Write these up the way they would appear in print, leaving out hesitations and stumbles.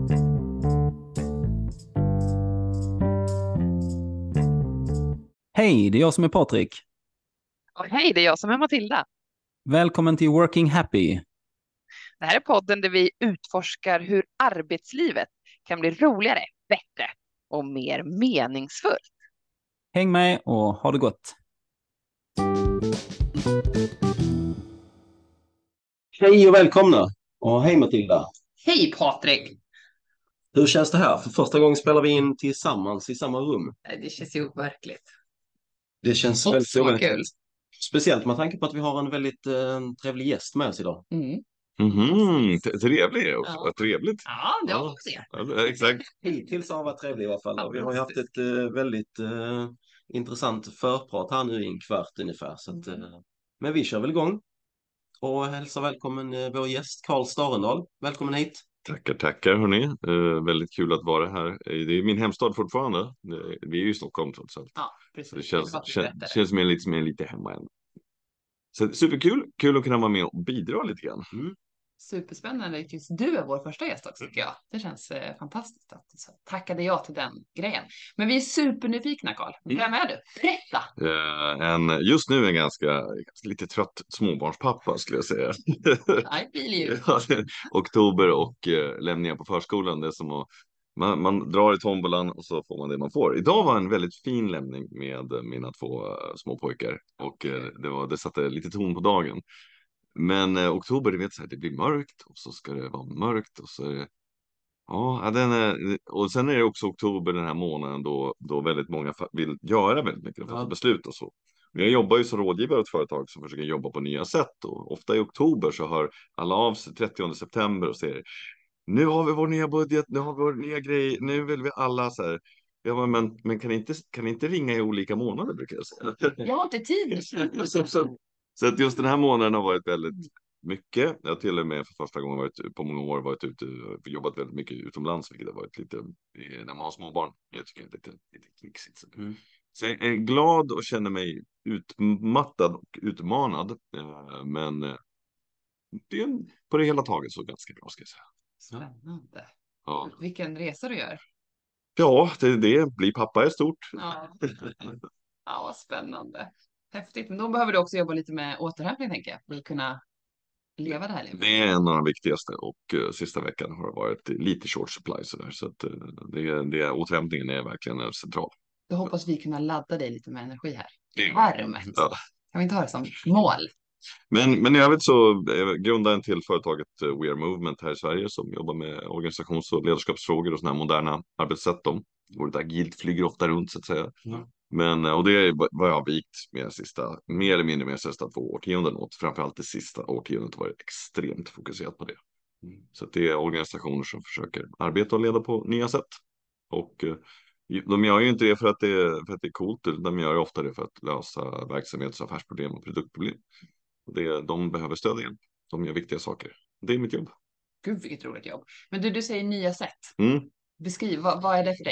Hej, det är jag som är Patrik. Och hej, det är jag som är Matilda. Välkommen till Working Happy. Det här är podden där vi utforskar hur arbetslivet kan bli roligare, bättre och mer meningsfullt. Häng med och ha det gott. Hej och välkomna! Och hej Matilda! Hej Patrik! Hur känns det här? För första gången spelar vi in tillsammans i samma rum. Det känns ju overkligt. Det känns Och väldigt så overkligt. kul. Speciellt med tanke på att vi har en väldigt trevlig gäst med oss idag. Mm. Trevlig också. Ja. Vad trevligt. Ja, det Ja. hoppas jag. Ja, exakt. Hittills har han varit trevlig i alla fall. Och vi har ju haft Fantastiskt. ett väldigt intressant förprat här nu i en kvart ungefär. Så att, men vi kör väl igång. Och hälsa välkommen vår gäst Carl Starendal. Välkommen hit! Tackar hörni. Väldigt kul att vara här. Det är min hemstad fortfarande. Vi är ju i Stockholm trots allt. Ja, Så det precis. känns som jag är lite hemma än. Så superkul. Kul att kunna vara med och bidra lite grann. Superspännande att just du är vår första gäst också tycker jag. Det känns fantastiskt att så tackade jag till den grejen. Men vi är supernyfikna Carl. Vem är du? Berätta! Just nu är jag ganska lite trött småbarnspappa skulle jag säga. Nej, ju. Oktober och lämningar på förskolan. Det är som att man drar i tombolan och så får man det man får. Idag var en väldigt fin lämning med mina två små pojkar. Och det satte lite ton på dagen. Men oktober, det blir mörkt och så ska det vara mörkt och så är det... Ja, och sen är det också oktober den här månaden då väldigt många vill göra väldigt mycket och fatta beslut och så. Men jag jobbar ju som rådgivare åt företag som försöker jobba på nya sätt och ofta i oktober så hör alla av sig 30 september och säger nu har vi vår nya budget, nu har vi vår nya grej, nu vill vi alla så här. Ja, men kan inte ringa i olika månader brukar jag säga. Jag har inte tid. Så att just den här månaden har varit väldigt mycket. Jag har till och med för första gången på många år varit ute och jobbat väldigt mycket utomlands, vilket har varit lite när man har småbarn. Jag tycker det är lite knixigt. Så jag är glad och känner mig utmattad och utmanad. Men det är på det hela taget så ganska bra ska jag säga. Spännande. Ja, Vilken resa du gör. ja det blir pappa är stort. Ja. Ja, vad spännande. Häftigt. Men då behöver du också jobba lite med återhämtning, tänker jag. För att kunna leva det här livet. Det är en av de viktigaste och sista veckan har det varit lite short supply så att återhämtningen är verkligen central. Då hoppas vi kunna ladda dig lite med energi här. Det- Varmt. Ja. Kan vi inte ha det som mål? Men i övrigt så grundaren till företaget We Are Movement här i Sverige som jobbar med organisations- och ledarskapsfrågor och sådana här moderna arbetssätt. Ordet agilt flyger ofta runt så att säga. Men, och det är vad jag har vikt mer eller mindre med de sista 2 årtionden åt. Framförallt det sista årtiondet har varit extremt fokuserat på det. Så att det är organisationer som försöker arbeta och leda på nya sätt. Och de gör ju inte det för att det är coolt, de gör ju ofta det för att lösa verksamhets- och affärsproblem och produktproblem. Och de behöver stöd och hjälp. De gör viktiga saker. Det är mitt jobb. Gud, vilket roligt jobb. Men du säger nya sätt. Mm. Beskriv, vad är det för dig?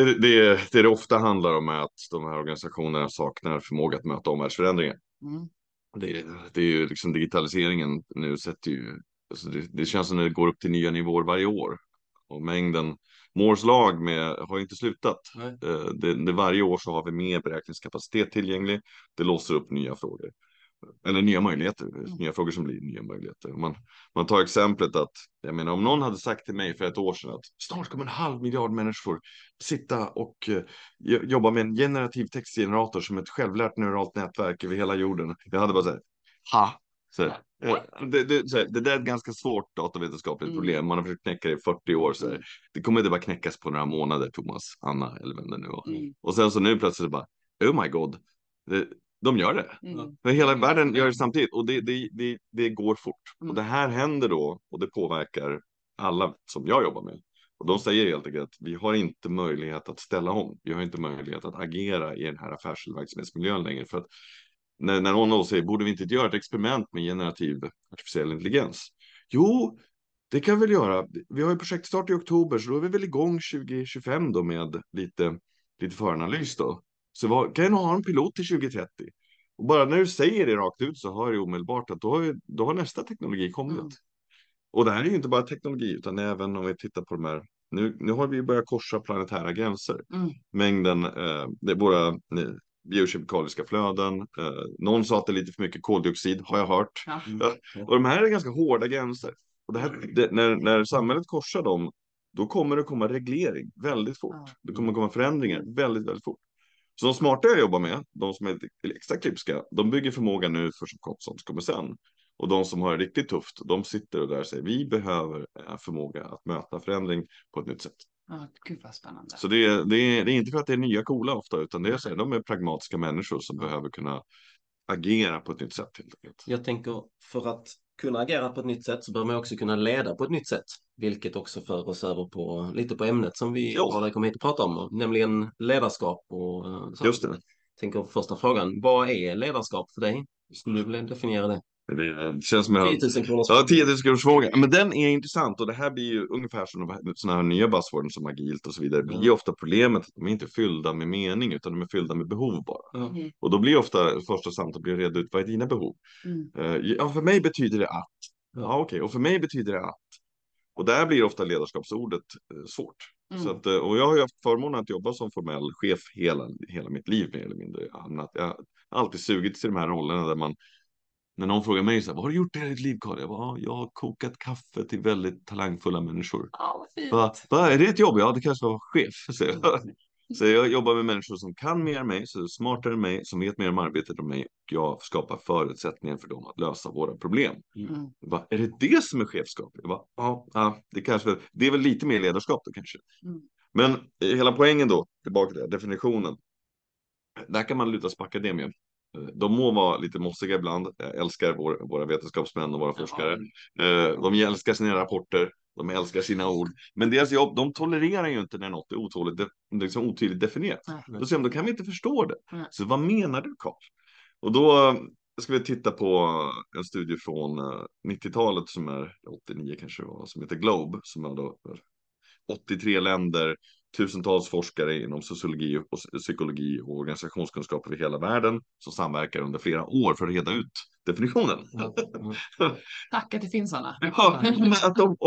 Det ofta handlar om är att de här organisationerna saknar förmåga att möta omvärldsförändringar. Mm. Det är ju liksom digitaliseringen nu sätter ju, alltså det känns som att det går upp till nya nivåer varje år. Och mängden Moores lag har inte slutat. Varje år så har vi mer beräkningskapacitet tillgänglig. Det låser upp nya frågor. Eller nya möjligheter, nya frågor som blir nya möjligheter. Man tar exemplet att, jag menar om någon hade sagt till mig för ett år sedan att snart kommer 500 miljoner människor sitta och jobba med en generativ textgenerator som ett självlärt neuralt nätverk över hela jorden. Jag hade bara sagt, ha! Det där är ett ganska svårt datavetenskapligt problem. Man har försökt knäcka det i 40 år. Det kommer inte bara knäckas på några månader, Thomas, Anna eller vem det nu var. Och sen så nu plötsligt bara, oh my god. De gör det. För hela världen gör det samtidigt. Och det går fort. Och det här händer då. Och det påverkar alla som jag jobbar med. Och de säger helt enkelt att vi har inte möjlighet att ställa om. Vi har inte möjlighet att agera i den här affärs- och verksamhetsmiljön längre. För att när någon då säger, borde vi inte göra ett experiment med generativ artificiell intelligens? Jo, det kan vi väl göra. Vi har ju projektstart i oktober. Så då är vi väl igång 2025 då med lite föranalys då. Så kan jag ha en pilot till 2030? Och bara när du säger det rakt ut så har det omedelbart att då har nästa teknologi kommit. Och det här är ju inte bara teknologi utan även om vi tittar på de här nu har vi börjat korsa planetära gränser. Mängden, det är våra biokemikaliska flöden. Någon sa att det är lite för mycket koldioxid, har jag hört. Ja. Och de här är ganska hårda gränser. Och när samhället korsar dem, då kommer det komma reglering väldigt fort. Det kommer komma förändringar väldigt, väldigt fort. Så de smarta jag jobbar med, de som är extra klipska, de bygger förmåga nu för sånt kommer sen. Och de som har det riktigt tufft, de sitter och där säger vi behöver förmåga att möta förändring på ett nytt sätt. Ja, gud vad spännande. Så det är inte för att det är nya coola ofta, utan det är så här, de är pragmatiska människor som behöver kunna agera på ett nytt sätt. Helt enkelt. Jag tänker, för att kunna agera på ett nytt sätt så behöver man också kunna leda på ett nytt sätt. Vilket också för oss över på lite på ämnet som vi har kommit hit och prata om, nämligen ledarskap och så. Just det. Tänker första frågan, vad är ledarskap för dig? Skulle du vilja definiera det? Det känns som 10 000 kronor. Ja, 10 000 kronors fråga. Men den är intressant och det här blir ju ungefär som sådana här nya buzzwords som agilt och så vidare. Det blir ju ofta problemet att de är inte fyllda med mening utan de är fyllda med behov bara. Och då blir ofta första samtalet blir reda ut vad är dina behov. Ja, för mig betyder det att. Ja, okej. Och för mig betyder det att. Och där blir ofta ledarskapsordet svårt. Så att, och jag har ju haft förmånen att jobba som formell chef hela mitt liv mer eller mindre. Jag har alltid sugit till de här rollerna där man. När någon frågar mig så här, vad har du gjort i ditt liv, Karl? Jag har kokat kaffe till väldigt talangfulla människor. Ja, vad fint. Är det ett jobb? Ja, det kanske var chef. Så jag jobbar med människor som kan mer än mig, så är smartare än mig, som vet mer om arbetet än mig. Och jag skapar förutsättningar för dem att lösa våra problem. Är det som är chefskap? Det är väl lite mer ledarskap då kanske. Men hela poängen då, tillbaka till definitionen. Där kan man luta sig på akademien. De må vara lite mossiga ibland. Jag älskar våra vetenskapsmän och våra forskare. De älskar sina rapporter. De älskar sina ord. Men deras jobb, de tolererar ju inte när något är otydligt definierat. Då säger de, då kan vi inte förstå det. Så vad menar du, Karl? Och då ska vi titta på en studie från 90-talet som är 89 kanske var, som heter Globe. Som är då 83 länder. Tusentals forskare inom sociologi och psykologi och organisationskunskap över hela världen som samverkar under flera år för att reda ut definitionen. Tack att det finns sådana. Ja, att de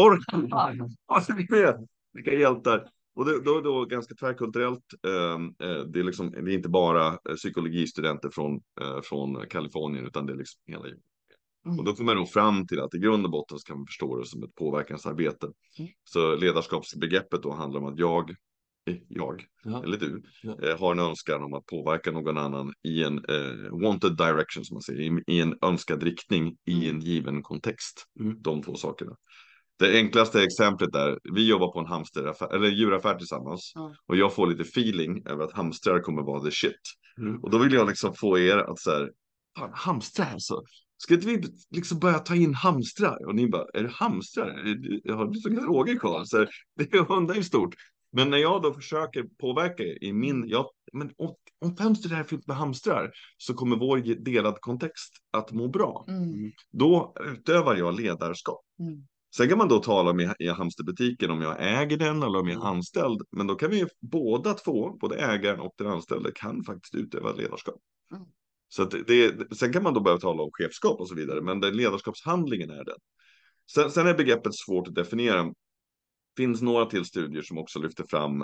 orkar. Vilka hjältar. Och det är då ganska tvärkulturellt. Det är inte bara psykologistudenter från Kalifornien utan det är liksom hela. Och då kommer man nog fram till att i grund och botten så kan man förstå det som ett påverkansarbete. Så ledarskapsbegreppet då handlar om att jag eller du har en önskan om att påverka någon annan i en wanted direction som man säger, i en önskad riktning i en given kontext. De två sakerna. Det enklaste exemplet är, vi jobbar på en djuraffär tillsammans och jag får lite feeling över att hamstrar kommer vara the shit. Och då vill jag liksom få er att så här, hamstrar alltså. Ska inte vi liksom börja ta in hamstrar? Och ni bara, är det hamstrar? Jag har lite frågor kvar. Så det är hundar ju stort. Men när jag då försöker påverka i men om fönstret är fyllt med hamstrar så kommer vår delad kontext att må bra. Då utövar jag ledarskap. Sen kan man då tala om i hamsterbutiken om jag äger den eller om jag är anställd. Men då kan vi båda två, både ägaren och den anställde, kan faktiskt utöva ledarskap. Så att sen kan man då börja tala om chefskap och så vidare. Men den ledarskapshandlingen är den. Sen är begreppet svårt att definiera. Det finns några till studier som också lyfter fram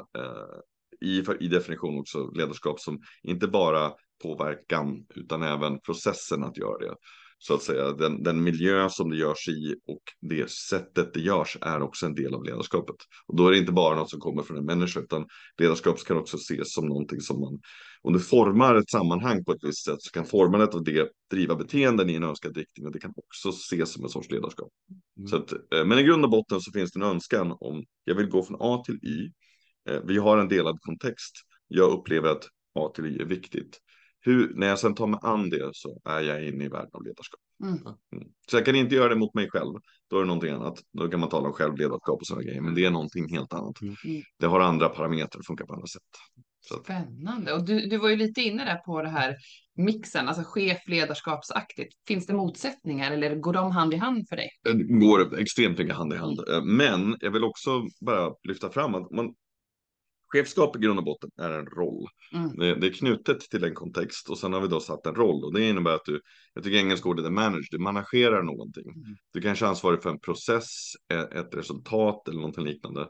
i definition också ledarskap som inte bara påverkan utan även processen att göra det. Så att säga den miljö som det görs i och det sättet det görs är också en del av ledarskapet. Och då är det inte bara något som kommer från en människa utan ledarskap kan också ses som någonting som man, om du formar ett sammanhang på ett visst sätt så kan formandet av det driva beteenden i en önskad riktning och det kan också ses som en sorts ledarskap. Så att, men i grund och botten så finns det en önskan om jag vill gå från A till Y. Vi har en delad kontext. Jag upplever att A till Y är viktigt. När jag sen tar mig an det så är jag inne i världen av ledarskap. Så jag kan inte göra det mot mig själv. Då är det någonting annat. Då kan man tala om självledarskap och sådana grejer. Men det är någonting helt annat. Det har andra parametrar och funkar på andra sätt. Så. Spännande. Och du var ju lite inne där på det här mixen, alltså chef-ledarskapsaktigt. Finns det motsättningar eller går de hand i hand för dig? Det går extremt mycket hand i hand. Men jag vill också bara lyfta fram att chefskap i grund och botten är en roll. Det är knutet till en kontext och sen har vi då satt en roll och det innebär att jag tycker engelska ordet är manage, du managerar någonting. Du kanske är ansvarig för en process, ett resultat eller någonting liknande.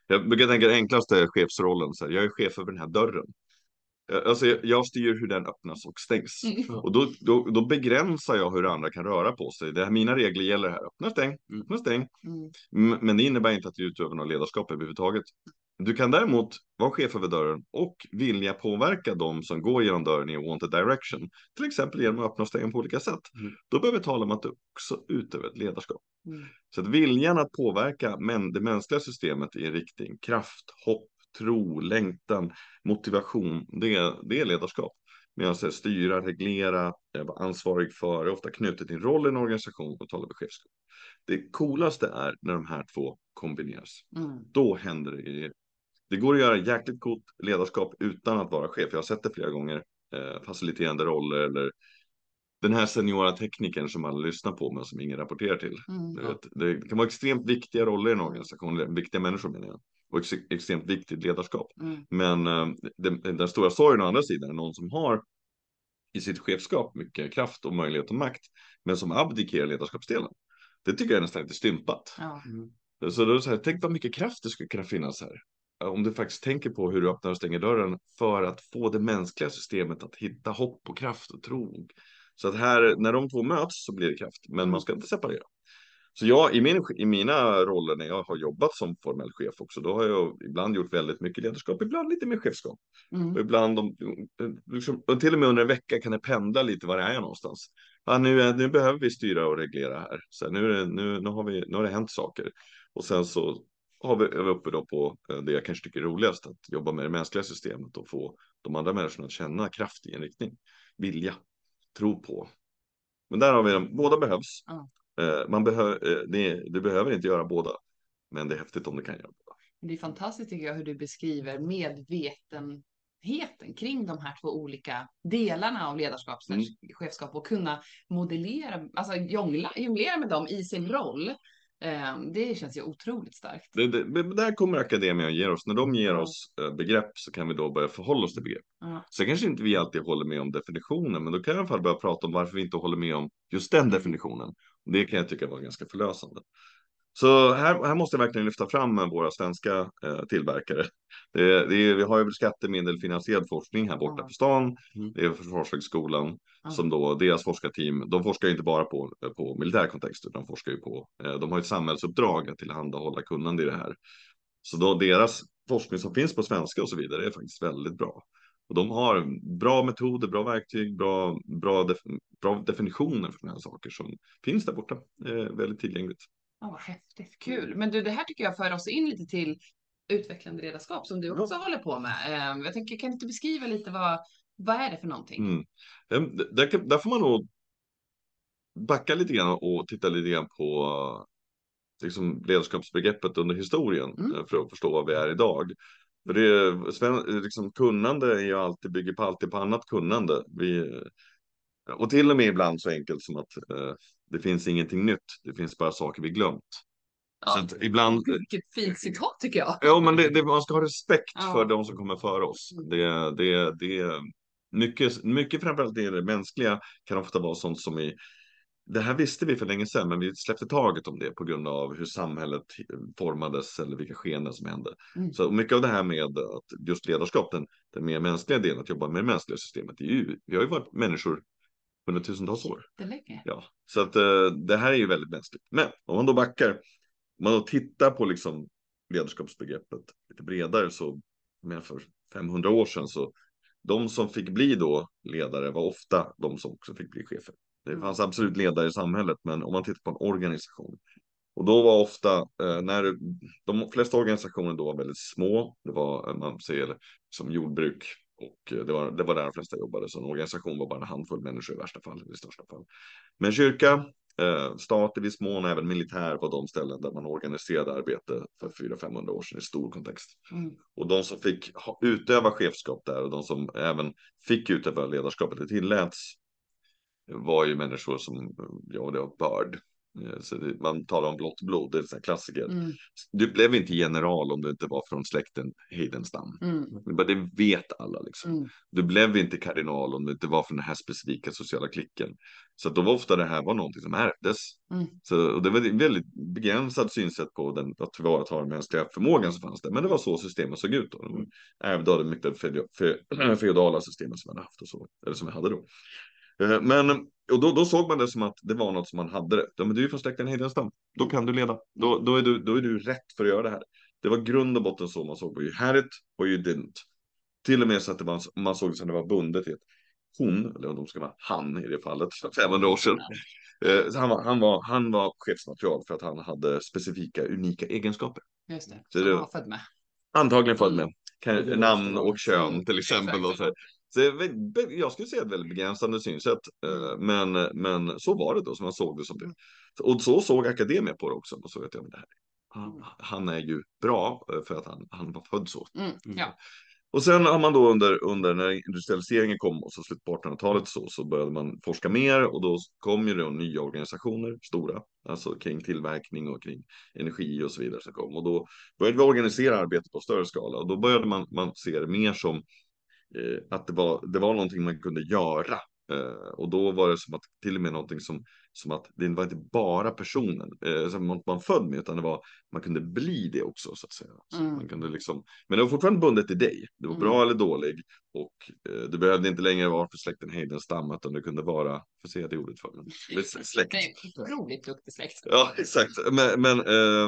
Jag brukar tänka den enklaste chefsrollen, så här, jag är chef över den här dörren. Alltså jag styr hur den öppnas och stängs. Och då begränsar jag hur andra kan röra på sig. Mina regler gäller här. Öppna, stäng, öppna, stäng. Men det innebär inte att du utövar något ledarskap överhuvudtaget. Du kan däremot vara chef över dörren och vilja påverka dem som går genom dörren i wanted direction. Till exempel genom att öppna och stänga på olika sätt. Då behöver vi tala om att du också utövar ett ledarskap. Så att viljan att påverka det mänskliga systemet i en riktning, kraft, hopp, tro, längtan, motivation, det är ledarskap. Men jag säger styra, reglera, vara ansvarig för, är ofta knutet till en roll i en organisation och tala med chefskap. Det coolaste är när de här två kombineras. Då händer det. Det går att göra jäkligt coolt ledarskap utan att vara chef. Jag har sett det flera gånger. Faciliterande roller eller den här seniora teknikern som alla lyssnar på men som ingen rapporterar till. Det kan vara extremt viktiga roller i en organisation, viktiga människor menar jag. Och extremt viktigt ledarskap. Men den stora sorgen å andra sidan är någon som har i sitt chefskap mycket kraft och möjlighet och makt, men som abdikerar ledarskapsdelen. Det tycker jag är nästan lite stympat. Så då så här, tänk vad mycket kraft det skulle kunna finnas här. Om du faktiskt tänker på hur du öppnar och stänger dörren för att få det mänskliga systemet att hitta hopp och kraft och tro. Så att här, när de två möts så blir det kraft, men man ska inte separera. Så jag i mina roller när jag har jobbat som formell chef också, då har jag ibland gjort väldigt mycket ledarskap, ibland lite mer chefskap. Och ibland, och till och med under en vecka kan det pendla lite var jag är någonstans. Ja, nu behöver vi styra och reglera här. Så nu har det hänt saker. Och sen så är vi uppe då på det jag kanske tycker är roligast, att jobba med det mänskliga systemet och få de andra människorna att känna kraft i en riktning. Vilja, tro på. Men där har vi dem, båda behövs. Du behöver inte göra båda, men det är häftigt om du kan göra båda. Det är fantastiskt tycker jag hur du beskriver medvetenheten kring de här två olika delarna av ledarskap, chefskap och kunna modellera, alltså jonglera med dem i sin roll. Det känns ju otroligt starkt. Där kommer akademin ge oss. När de ger oss begrepp så kan vi då börja förhålla oss till begrepp. Så kanske inte vi alltid håller med om definitionen, men då kan jag i alla fall börja prata om varför vi inte håller med om just den definitionen. Det kan jag tycka var ganska förlösande. Så här måste jag verkligen lyfta fram våra svenska tillverkare. Vi har ju skattemedel-finansierad forskning här borta på stan. Det är Försvarshögskolan som då, deras forskarteam, de forskar inte bara på militär kontext, utan de forskar ju de har ett samhällsuppdrag att tillhandahålla kunnande i det här. Så då deras forskning som finns på svenska och så vidare är faktiskt väldigt bra. Och de har bra metoder, bra verktyg, bra definitioner för sådana här saker som finns där borta. Väldigt tillgängligt. Vad häftigt, kul. Men du, det här tycker jag för oss in lite till utvecklande ledarskap som du också håller på med. Jag tänker, kan du inte beskriva lite vad är det för någonting? Där får man nog backa lite grann och titta lite grann på liksom, ledarskapsbegreppet under historien för att förstå vad vi är idag. För det liksom, kunnande är ju bygger alltid på annat kunnande. Och till och med ibland så enkelt som att det finns ingenting nytt. Det finns bara saker vi glömt. Ja, så att ibland... Vilket fint citat tycker jag. Ja, men man ska ha respekt för de som kommer före oss. Mycket framförallt det mänskliga kan ofta vara sånt som det här visste vi för länge sedan, men vi släppte taget om det på grund av hur samhället formades eller vilka skeenden som hände. Så mycket av det här med att just ledarskap, den mer mänskliga delen, att jobba med det mänskliga systemet, vi har ju varit människor hundratusentals år. Det är länge. Ja, så att det här är ju väldigt mänskligt. Men om man då backar, om man då tittar på liksom ledarskapsbegreppet lite bredare, så för 500 år sedan så de som fick bli då ledare var ofta de som också fick bli chefer. Det fanns absolut ledare i samhället, men om man tittar på en organisation, och då var ofta när de flesta organisationer då var väldigt små, det var man ser som jordbruk. Och det var där de flesta jobbade, så en organisation var bara en handfull människor i värsta fall, i största fall. Men kyrka, stat i viss mån, även militär var de ställen där man organiserade arbete för 400-500 år sedan i stor kontext. Och de som fick utöva chefskap där och de som även fick utöva ledarskapet, det tilläts, var ju människor som, det var börd. Man talar om blått blod, det är en klassiker. Du blev inte general om du inte var från släkten Heidenstam. Det vet alla liksom. Du blev inte kardinal om du inte var från den här specifika sociala klicken. Så att då var ofta det här var någonting som ärvdes. Och det var en väldigt begränsad synsätt på att tillvarata den mänskliga förmågan som fanns där. Men det var så systemet såg ut då. De ärvde av det mycket feodala systemet som man haft och så. Eller som vi hade då. Och då såg man det som att det var något som man hade det. Ja, men du är från släkten Heidenstam. Då kan du leda. Då är du rätt för att göra det här. Det var grund och botten så man såg på. You had it or you didn't. Till och med så att man såg det som det var bundet till ett hon, eller om de ska vara han i det fallet, för 500 år sedan. Så han var chefsmaterial för att han hade specifika, unika egenskaper. Just det, så han var född med. Antagligen född med. Namn och kön till exempel. Och så. Så jag skulle säga ett väldigt begränsande synsätt. Men så var det då som man såg det som det. Och så såg akademier på det också. Och så vet jag, men det här. Han är ju bra för att han var född så. Ja. Och sen har man då under när industrialiseringen kom och så slut på 1800-talet så började man forska mer och då kom ju då nya organisationer, stora, alltså kring tillverkning och kring energi och så vidare som kom. Och då började vi organisera arbetet på större skala och då började man se det mer som att det var någonting man kunde göra. Och då var det som att till och med någonting som att det var inte bara personen som man född med utan man kunde bli det också så att säga. Så man kunde liksom, men det var fortfarande bundet till dig. Det var bra eller dålig och du behövde inte längre vara för släkten Heidenstam utan du kunde vara, för se det ordet för mig. Släkt. Det är otroligt duktig släkt. Ja, exakt. Men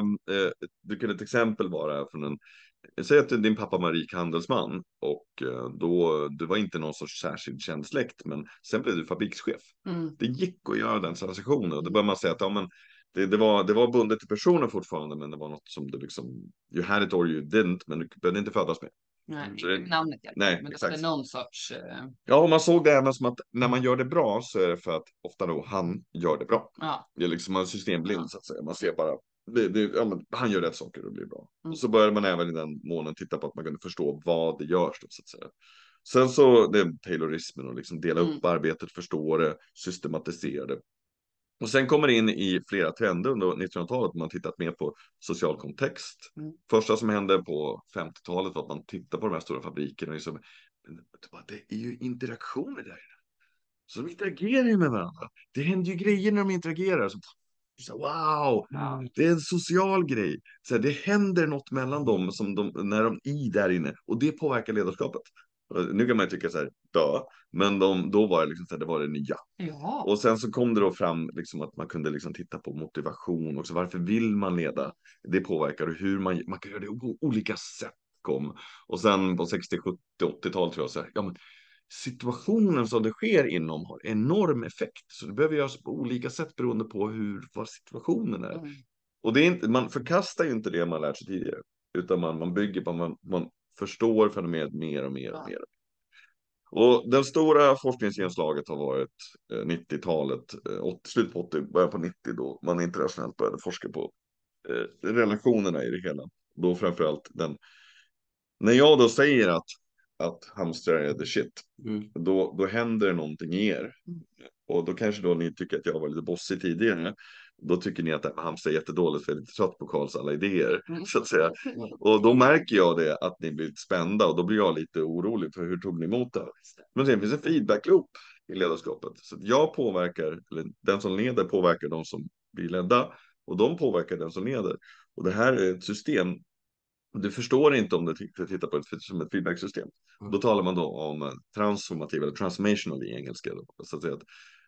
du kunde till exempel vara från säg att din pappa var rik handelsman och då du var inte någon sorts särskild känd släkt men sen blev du fabrikschef. Det gick att göra den transaktionen och då börjar man säga att ja, men det var bundet till personen fortfarande men det var något som du liksom you had it or you didn't men du behövde inte födas med. Nej, namnet hjälper. Nej, men exakt. det var någon sorts... Ja, och man såg det även som att när man gör det bra så är det för att ofta då han gör det bra. Ja. Det är liksom en systemblind så att säga. Man ser bara men han gör rätt saker och det blir bra. Och så började man även i den månen titta på att man kunde förstå vad det görs då, så att säga. Sen så det är taylorismen och liksom dela upp arbetet, förstå det, systematisera det. Och sen kommer det in i flera trender under 1900-talet. Man tittat mer på social kontext. Första som hände på 50-talet var att man tittade på de här stora fabrikerna. Liksom, det är ju interaktioner där. Så de interagerar ju med varandra. Det händer ju grejer när de interagerar. Så, wow, det är en social grej. Så det händer något mellan dem när de är där inne. Och det påverkar ledarskapet. Nu kan man ju tycka så här, men då var det liksom så här, det var det nya. Ja. Och sen så kom det då fram liksom att man kunde liksom titta på motivation också. Varför vill man leda? Det påverkar hur man kan göra det på olika sätt. Och sen på 60, 70, 80-talet tror jag så här, ja men situationen som det sker inom har enorm effekt. Så det behöver göras på olika sätt beroende på vad situationen är. Och det är inte, man förkastar ju inte det man lärt sig tidigare. Utan man bygger på att man förstår fenomenet mer och mer och mer. Och den stora forskningsgenomslaget har varit 90-talet, slut på 80, början på 90 då man internationellt började forska på relationerna i det hela. Då framförallt när jag då säger att hamstrar är the shit, då händer det någonting i er. Och då kanske då ni tycker att jag var lite bossig tidigare. Då tycker ni att hamstrar är jättedåligt för jag är lite trött på Karls alla idéer. Så att säga. Och då märker jag det att ni blir lite spända och då blir jag lite orolig för hur tog ni emot det. Men sen finns en feedback-loop i ledarskapet. Så att jag påverkar, eller den som leder påverkar de som blir ledda och de påverkar den som leder. Och det här är ett system. Du förstår inte om du tittar på det som ett feedbacksystem. Då talar man då om transformativ eller transformational i engelska. Då. Så att säga att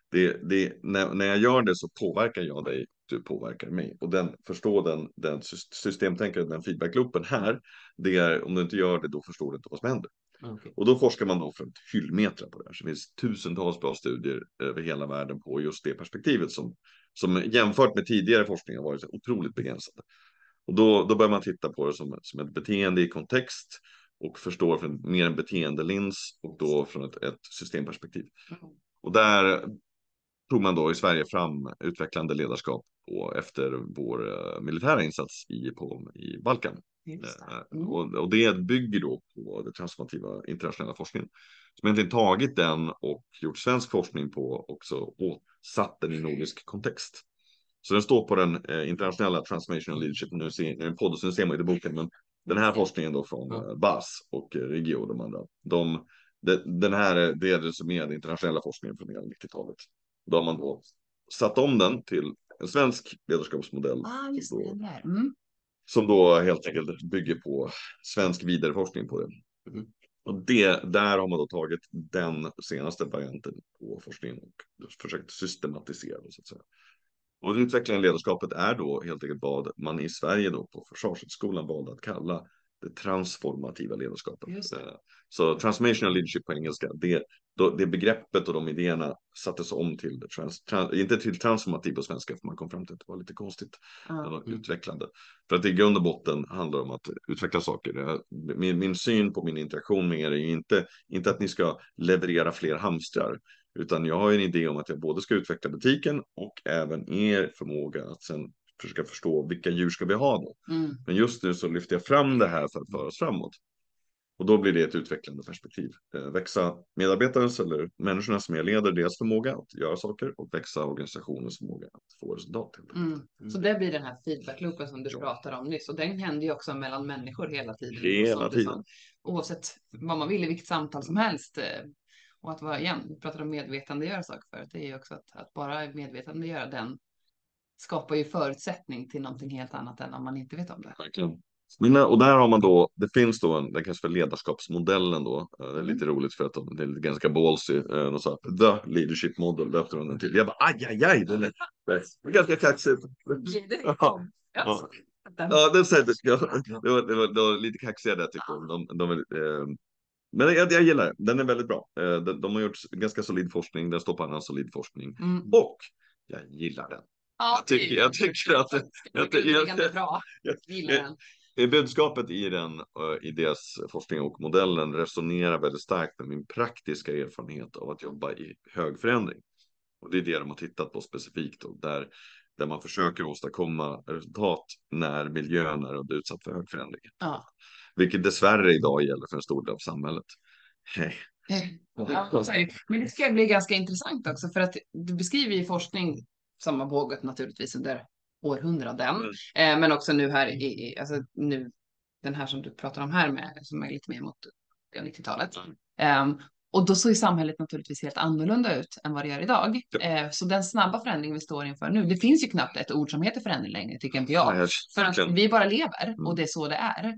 när jag gör det så påverkar jag dig, du påverkar mig. Och den systemtänkaren, den feedbackloopen här, det är om du inte gör det, då förstår du inte vad som händer. Okay. Och då forskar man då för ett hyllmetra på det här. Så det finns tusentals bra studier över hela världen på just det perspektivet som jämfört med tidigare forskning har varit så otroligt begränsade. Och då börjar man titta på det som ett beteende i kontext och förstår från mer en beteendelins och då från ett systemperspektiv. Och där tog man då i Sverige fram utvecklande ledarskap efter vår militära insats i Balkan. Och det bygger då på den transformativa internationella forskningen. Som egentligen tagit den och gjort svensk forskning på också och satt den i nordisk kontext. Så den står på den internationella Transformational Leadership. Nu är det en podd, så nu ser man inte boken, men den här forskningen då från BAS och Regio och de andra. Den här det är resumerad internationella forskningen från 90-talet. Då har man då satt om den till en svensk ledarskapsmodell. Just det där. Som då helt enkelt bygger på svensk vidareforskning på det. Och där har man då tagit den senaste varianten på forskningen och försökt systematisera det, så att säga. Och utvecklingen av ledarskapet är då helt enkelt vad man i Sverige då på Försvarshögskolan valde att kalla det transformativa ledarskapet. Så transformational leadership på engelska, det begreppet och de idéerna sattes om till inte till transformativ på svenska, för man kom fram till att det var lite konstigt. Det var utvecklande. För att det i grund och botten handlar om att utveckla saker. Min syn på min interaktion med er är inte att ni ska leverera fler hamstrar. Utan jag har en idé om att jag både ska utveckla butiken och även er förmåga att sen försöka förstå vilka djur ska vi ha då. Men just nu så lyfter jag fram det här för att föra oss framåt. Och då blir det ett utvecklande perspektiv. Växa medarbetarens eller människorna som jag leder, deras förmåga att göra saker, och växa organisationens förmåga att få resultat. Så det blir den här feedback-loopen som du pratade om nyss. Och den händer ju också mellan människor hela tiden. Hela tiden. Oavsett vad man vill i vilket samtal som helst. Och att vara, igen, vi pratade om medvetandegöra saker förut. Det är ju också att bara medvetandegöra den skapar ju förutsättning till någonting helt annat än om man inte vet om det. Verkligen. Och där har man då, det finns då det kallas för ledarskapsmodellen då. Det är lite roligt för att det är ganska ballsy. De sa the leadership model, döpte de den till. Jag bara aj, det är ganska kaxigt. Ja, det var lite kaxigare där tycker jag. Men jag gillar det. Den är väldigt bra. De har gjort ganska solid forskning. Den står på annan solid forskning. Och jag gillar den. Ja, jag tycker att det är bra. Gillar den. Budskapet i deras forskning och modellen resonerar väldigt starkt med min praktiska erfarenhet av att jobba i hög förändring. Och det är det de har tittat på specifikt då, där man försöker åstadkomma resultat när miljön är utsatt för hög förändring. Ja. Vilket dessvärre idag gäller för en stor del av samhället. Men det ska bli ganska intressant också, för att du beskriver ju forskning som har pågått naturligtvis under århundraden. Men också nu här, alltså nu, den här som du pratar om här med, som är lite mer mot 90-talet. Och då såg ju samhället naturligtvis helt annorlunda ut än vad det gör idag. Så den snabba förändring vi står inför nu, det finns ju knappt ett ord som heter förändring längre, tycker inte jag. För att vi bara lever och det är så det är.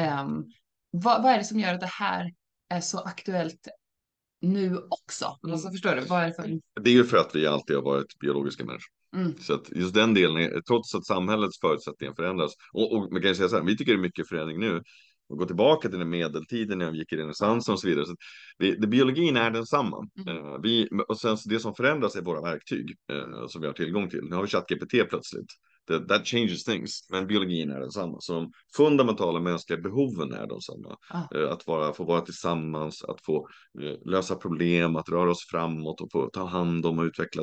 Vad är det som gör att det här är så aktuellt nu också? Alltså, förstår du? Vad är det för... Det är ju för att vi alltid har varit biologiska människor. Så att just den delen, trots att samhällets förutsättningar förändras, och man kan säga så här, vi tycker det är mycket förändring nu, och gå tillbaka till den medeltiden när vi gick i renässansen och så vidare. Så biologin är densamma. Och sen det som förändras är våra verktyg som vi har tillgång till. Nu har vi ChatGPT plötsligt. That changes things. Men biologin är densamma. Så de fundamentala mänskliga behoven är densamma. Att få vara tillsammans, att få lösa problem, att röra oss framåt och få ta hand om och utveckla.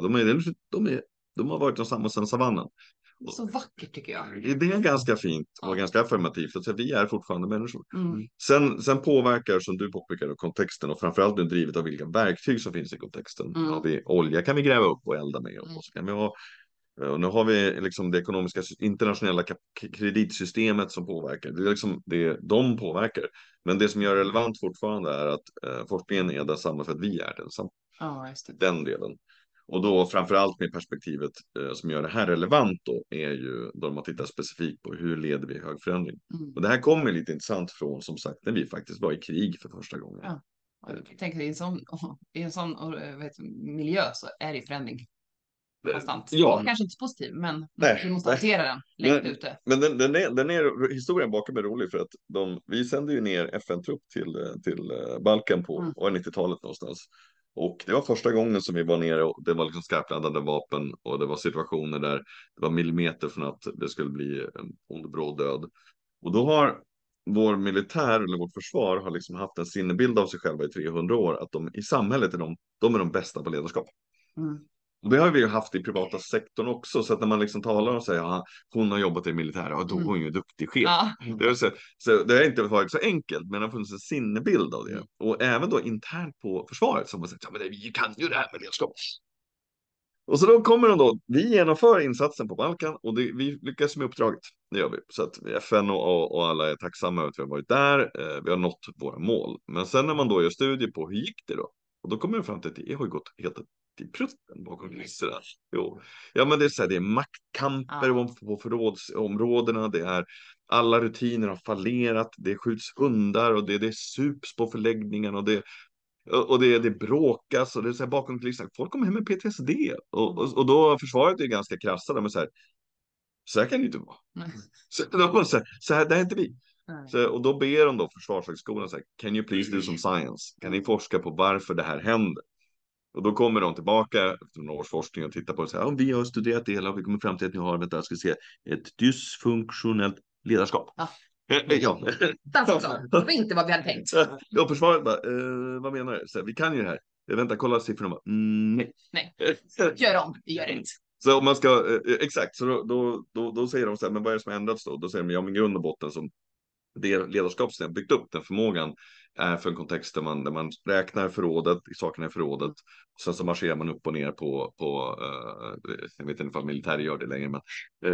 De har varit densamma sedan savannen. Så vackert tycker jag. Det är ganska fint och ganska affirmativt. Alltså, vi är fortfarande människor. Sen påverkar, som du påpekar, kontexten, och framförallt nu drivet av vilka verktyg som finns i kontexten. Olja kan vi gräva upp och elda med. Och så kan vi ha, och nu har vi liksom det ekonomiska internationella kreditsystemet som påverkar. Det är liksom de påverkar. Men det som gör relevant fortfarande är att forskningen är densamma för att vi är densamma. Just det. Den delen. Och då framförallt med perspektivet som gör det här relevant då är ju då man tittar specifikt på hur leder vi hög förändring. Och det här kommer lite intressant från, som sagt, när vi faktiskt var i krig för första gången. Jag tänker i en sån miljö så är det förändring konstant. Kanske inte så positiv, men vi måste hantera den längst ute. Men den är historien bakom är rolig, för att vi sände ju ner FN-trupp till Balkan på 90-talet någonstans. Och det var första gången som vi var nere, och det var liksom skarpladdade vapen, och det var situationer där det var millimeter från att det skulle bli en ond bråd död. Och då har vår militär eller vårt försvar har liksom haft en sinnebild av sig själva i 300 år, att de i samhället är de bästa på ledarskap. Och det har vi ju haft i privata sektorn också, så att när man liksom talar och säger att hon har jobbat i militär, då är hon ju en duktig chef. Så det har inte varit så enkelt, men det har funnits en sinnebild av det. Och även då internt på försvaret som har sagt, men vi kan ju det här med ledarskap. Och så då kommer de då, vi genomför insatsen på Balkan och vi lyckas med uppdraget. Det gör vi. Så att FN och alla är tacksamma över att vi har varit där. Vi har nått våra mål. Men sen när man då gör studier på hur gick det då? Och då kommer man fram till att det har ju gått helt till prutten bakom kulisserna. Jo. Ja, men det är så här, det är maktkamper på förrådsområdena. Det är alla rutiner har fallerat. Det skjuts hundar och det sups på förläggningen och det bråkas och det är så här bakom kulisserna. Folk kommer hem med PTSD och då försvaret är ganska krassa. De är så här kan det inte vara. Så här, det är inte vi. Så, och då ber de då Försvarshögskolan så här, can you please do some science? Kan ni forska på varför det här händer? Och då kommer de tillbaka efter några års forskning och tittar på det så här, vi har studerat det hela och vi kommer fram till att ni har, vänta, jag ska se, ett dysfunktionellt ledarskap. Ja. Ja. Det var inte vad vi hade tänkt. Ja, försvaret bara, vad menar du? Så här, vi kan ju det här. Vänta, kolla siffrorna. Bara, nej. Gör om, vi gör inte. Så om man ska, exakt, så då säger de så här, men vad är det som har ändrats då? Då säger de, ja men grund och botten som det ledarskap som har byggt upp den förmågan är för en kontext där man räknar förrådet, sakerna i förrådet. Och sen så marscherar man upp och ner på jag vet inte om militär gör det längre, men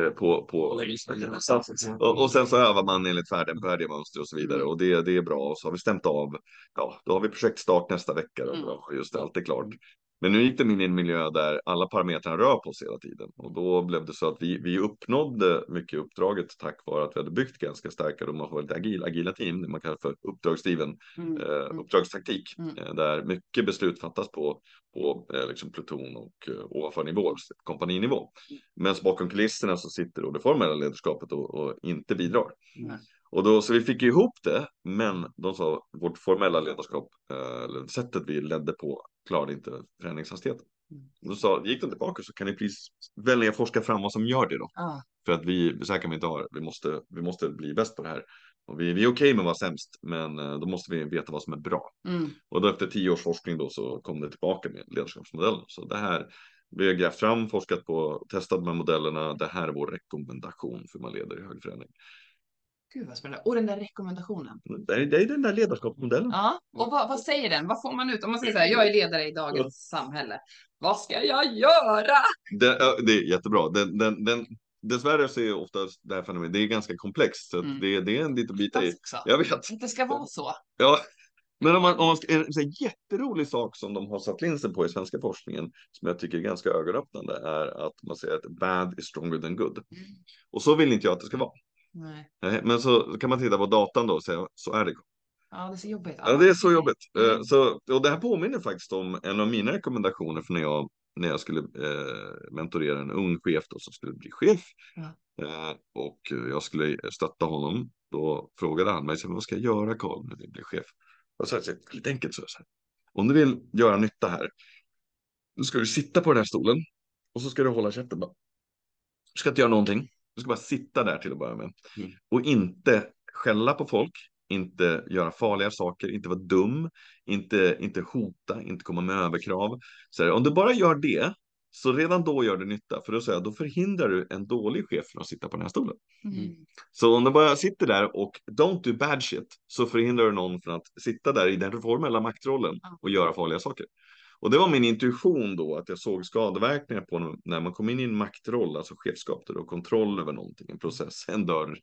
och sen så övar man enligt färdiga mönster och så vidare. Och det är bra. Och så har vi stämt av, ja, då har vi projektstart nästa vecka. Och just det, allt är klart. Men nu gick det in i en miljö där alla parametrar rör på sig hela tiden. Och då blev det så att vi uppnådde mycket uppdraget tack vare att vi hade byggt ganska starka och man får lite agila team, det man kallar för uppdragsdriven uppdragstaktik. Där mycket beslut fattas på liksom pluton och ovanför nivå, kompaninivå. Men bakom kulisserna så sitter då det formella ledarskapet och inte bidrar. Och då, så vi fick ju ihop det, men de sa vårt formella ledarskap, eller sättet vi ledde på, klarade inte förändringshastigheten. Då gick de tillbaka, så kan ni välja att forska fram vad som gör det då. För att så här kan vi inte ha det. Vi måste bli bäst på det här. Och vi är okej med att vara sämst, men då måste vi veta vad som är bra. Och då efter 10 års forskning då så kom det tillbaka med ledarskapsmodellen. Så det här, vi har grävt fram, forskat på, testat med modellerna. Det här är vår rekommendation för man leder i hög förändring. Gud vad spännande. Och den där rekommendationen. Det är den där ledarskapsmodellen. Ja, och vad säger den? Vad får man ut? Om man säger så här, jag är ledare i dagens samhälle. Vad ska jag göra? Det är jättebra. Dessvärre så är oftast det här fenomenet, det är ganska komplext. Så det är en liten bit i. Jag vet. Det ska vara så. Ja. Men om man ska, en jätterolig sak som de har satt linsen på i svenska forskningen, som jag tycker är ganska ögonöppnande, är att man säger att bad is stronger than good. Och så vill inte jag att det ska vara. Nej. Men så kan man titta på datan då och säga, så är det. Ja, det är så jobbigt. Ja, det är så jobbigt. Och det här påminner faktiskt om en av mina rekommendationer för när jag skulle mentorera en ung chef då, som skulle bli chef. Och jag skulle stötta honom. Då frågade han mig, vad ska jag göra, Carl, när jag blir chef? Och så här, lite enkelt så här. Om du vill göra nytta här, då ska du sitta på den här stolen och så ska du hålla käften bara. Du ska inte göra någonting. Du ska bara sitta där till att börja med. Och inte skälla på folk. Inte göra farliga saker. Inte vara dum. Inte hota. Inte komma med överkrav. Så här, om du bara gör det, så redan då gör det nytta. För då förhindrar du en dålig chef från att sitta på den här stolen. Så om du bara sitter där och don't do bad shit, så förhindrar du någon från att sitta där i den formella maktrollen och göra farliga saker. Och det var min intuition då, att jag såg skadeverkningar på när man kom in i en maktroll, alltså chefskap och kontroll över någonting, en process, en dörr.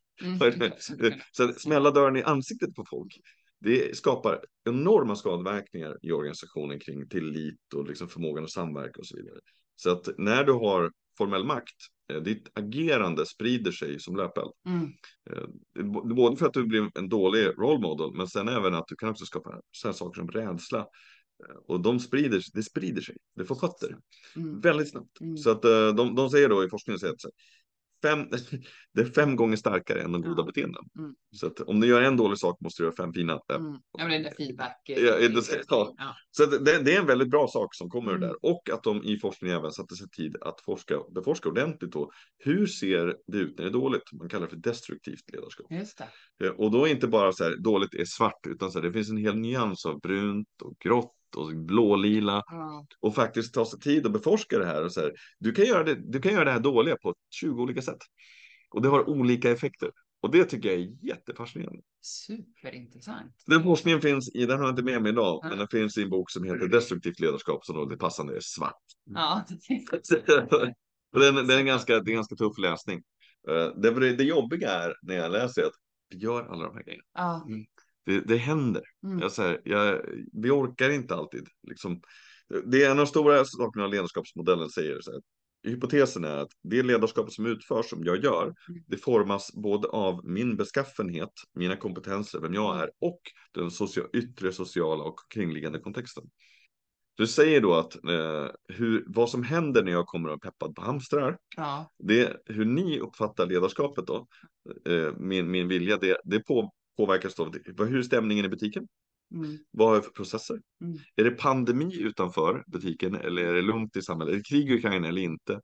Så smälla dörren i ansiktet på folk. Det skapar enorma skadeverkningar i organisationen kring tillit och liksom förmågan att samverka och så vidare. Så att när du har formell makt, ditt agerande sprider sig som löpeld. Både för att du blir en dålig role model, men sen även att du kan också skapa sådana saker som rädsla. Och det sprider sig. Det får fötter. Väldigt snabbt. Så att de säger då i forskningen att det är 5 gånger starkare än de goda beteenden. Så att om du gör en dålig sak måste du göra 5 fina. Ja, men det är feedback. Så det är en väldigt bra sak som kommer där. Och att de i forskningen även satte sig tid att beforska ordentligt då. Hur ser det ut när det är dåligt? Man kallar det för destruktivt ledarskap. Just det. Och då är inte bara så här, dåligt är svart, utan så här, det finns en hel nyans av brunt och grått och blålila och faktiskt ta sig tid att beforska det här och så här, du kan göra det här dåliga på 20 olika sätt och det har olika effekter och det tycker jag är jättefascinerande. Superintressant. Den forskningen finns den har jag inte med mig idag, men den finns i en bok som heter Destruktivt ledarskap, som då det passande är svart. Ja. Det är en ganska tuff läsning. Det jobbiga är när jag läser att vi gör alla de här grejerna. Ja. Det händer. Mm. Vi orkar inte alltid. Liksom, det är en av de stora sakerna ledarskapsmodellen säger. Så här, hypotesen är att det ledarskapet som utförs, som jag gör, det formas både av min beskaffenhet, mina kompetenser, vem jag är, och den yttre sociala och kringliggande kontexten. Du säger då att vad som händer när jag kommer och peppad på hamstrar, Ja. hur ni uppfattar ledarskapet då, min vilja, det påverkas av hur är stämningen i butiken? Vad har jag för processer? Är det pandemi utanför butiken eller är det lugnt i samhället? Är det krig i Ukraina eller inte?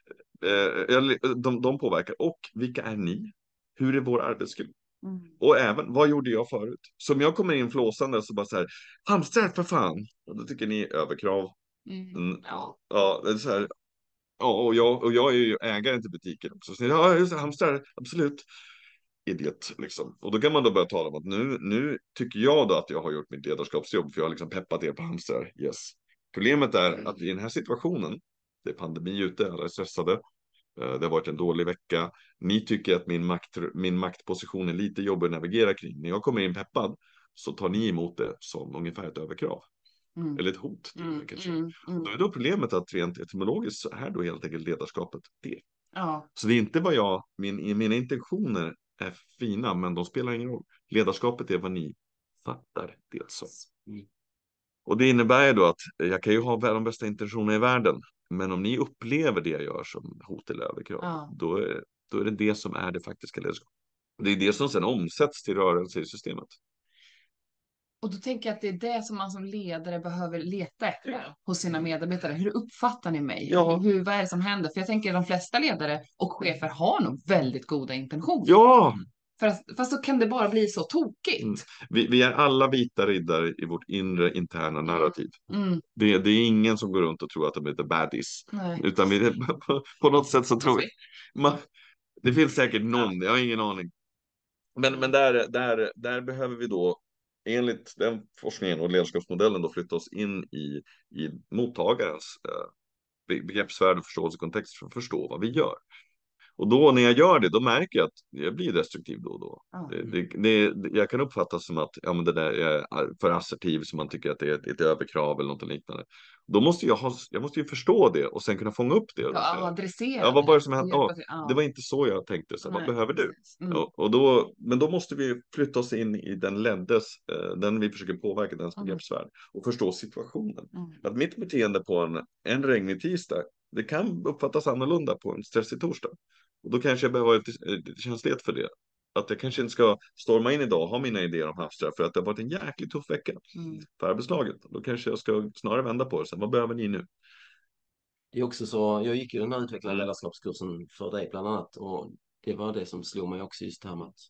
De påverkar. Och vilka är ni? Hur är vår arbetsgrupp? Och även, vad gjorde jag förut? Som jag kommer in flåsande så bara så här, hamstrar för fan. Och då tycker ni överkrav. Ja, det är så här. Ja, och jag är ju ägaren till butiken också. Så ja, just det, hamstrar, absolut. Idiot, liksom. Och då kan man då börja tala om att nu tycker jag då att jag har gjort mitt ledarskapsjobb, för jag har liksom peppat er på hamstrar. Yes. Problemet är att i den här situationen, det är pandemi ute, alla är stressade. Det har varit en dålig vecka. Ni tycker att min maktposition är lite jobbig att navigera kring. När jag kommer in peppad så tar ni emot det som ungefär ett överkrav. Eller ett hot. Då är då problemet att rent etymologiskt så är då helt enkelt ledarskapet det. Ja. Så det är inte vad mina intentioner är fina, men de spelar ingen roll. Ledarskapet är vad ni fattar det som. Och det innebär ju då att jag kan ju ha de bästa intentionerna i världen, men om ni upplever det jag gör som hot eller överkrav, då är det som är det faktiska ledarskapet. Det är det som sedan omsätts till rörelse i systemet. Och då tänker jag att det är det som man som ledare behöver leta efter hos sina medarbetare. Hur uppfattar ni mig? Ja. Vad är det som händer? För jag tänker att de flesta ledare och chefer har nog väldigt goda intentioner. Ja! Fast så kan det bara bli så tokigt. Vi är alla vita riddare i vårt inre interna narrativ. Det är ingen som går runt och tror att de är the baddies. Nej. Utan på något sätt så tror vi. Det finns säkert någon, jag har ingen aning. Men där behöver vi då, enligt den forskningen och ledarskapsmodellen, då flytta oss in i mottagarens begreppsvärld och förståelsekontext för att förstå vad vi gör. Och då när jag gör det, då märker jag att jag blir destruktiv då och då. Jag kan uppfattas som att det där är för assertiv, som man tycker att det är ett överkrav eller något liknande. Då måste jag måste ju förstå det och sen kunna fånga upp det. Ja, adressera. Ja, vad var det som hände? Det var inte så jag tänkte. Så vad behöver du? Men då måste vi flytta oss in i den vi försöker påverka, dens begreppsvärld, och förstå situationen. Att mitt beteende på en regnig tisdag, det kan uppfattas annorlunda på en stressig torsdag. Och då kanske jag behöver ha lite känslighet för det. Att jag kanske inte ska storma in idag och ha mina idéer om havsstraff för att det har varit en jäkligt tuff vecka för arbetslaget. Då kanske jag ska snarare vända på det. Så vad behöver ni nu? Det är också så, jag gick ju den här utvecklade ledarskapskursen för dig bland annat, och det var det som slog mig också, just det här med att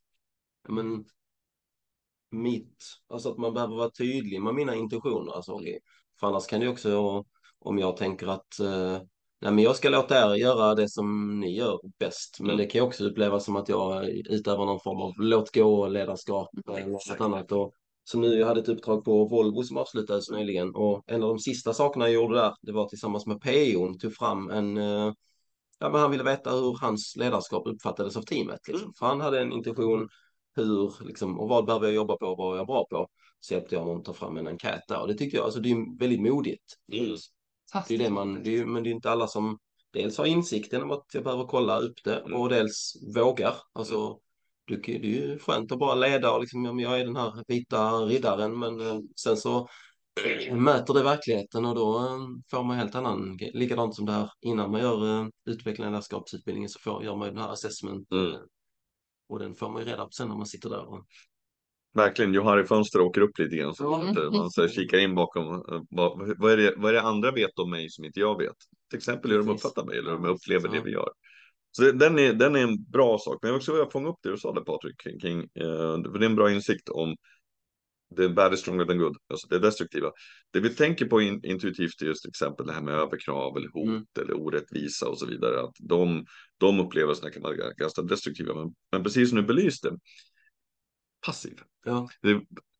alltså att man behöver vara tydlig med mina intentioner. Alltså, för annars kan det också, om jag tänker att nej, men jag ska låta er göra det som ni gör bäst, men det kan också upplevas som att jag utövar någon form av låt gå ledarskap eller något annat. Och som nu, jag hade ett uppdrag på Volvo som avslutades nyligen, och en av de sista sakerna jag gjorde där, det var tillsammans med PO:n tog fram men han ville veta hur hans ledarskap uppfattades av teamet. Liksom. För han hade en intention, och vad behöver jag jobba på, vad är jag bra på. Så hjälpte jag honom att ta fram en enkät där. Och det tycker jag, alltså det är väldigt modigt. Det är det men det är inte alla som dels har insikten om att jag behöver kolla upp det och dels vågar. Alltså, det är ju skönt att bara leda och jag är den här vita riddaren, men sen så möter det verkligheten och då får man helt annan, likadant som det här innan man gör utvecklande ledarskapsutbildningen, så gör man ju den här assessment och den får man ju reda på sen när man sitter där. Verkligen, Johari Fönster åker upp lite grann så att man så kikar in bakom vad är det andra vet om mig som inte jag vet. Till exempel hur de uppfattar mig eller hur de upplever det vi gör. Så den är en bra sak. Men jag vill också fånga upp det du sa där, Patrik, kring för det är en bra insikt om det bad is stronger than good, alltså det destruktiva. Det vi tänker på intuitivt är just till exempel det här med överkrav eller hot eller orättvisa och så vidare. Att de upplevelserna kan vara ganska destruktiva. Men precis som du belyste, passiv. Ja.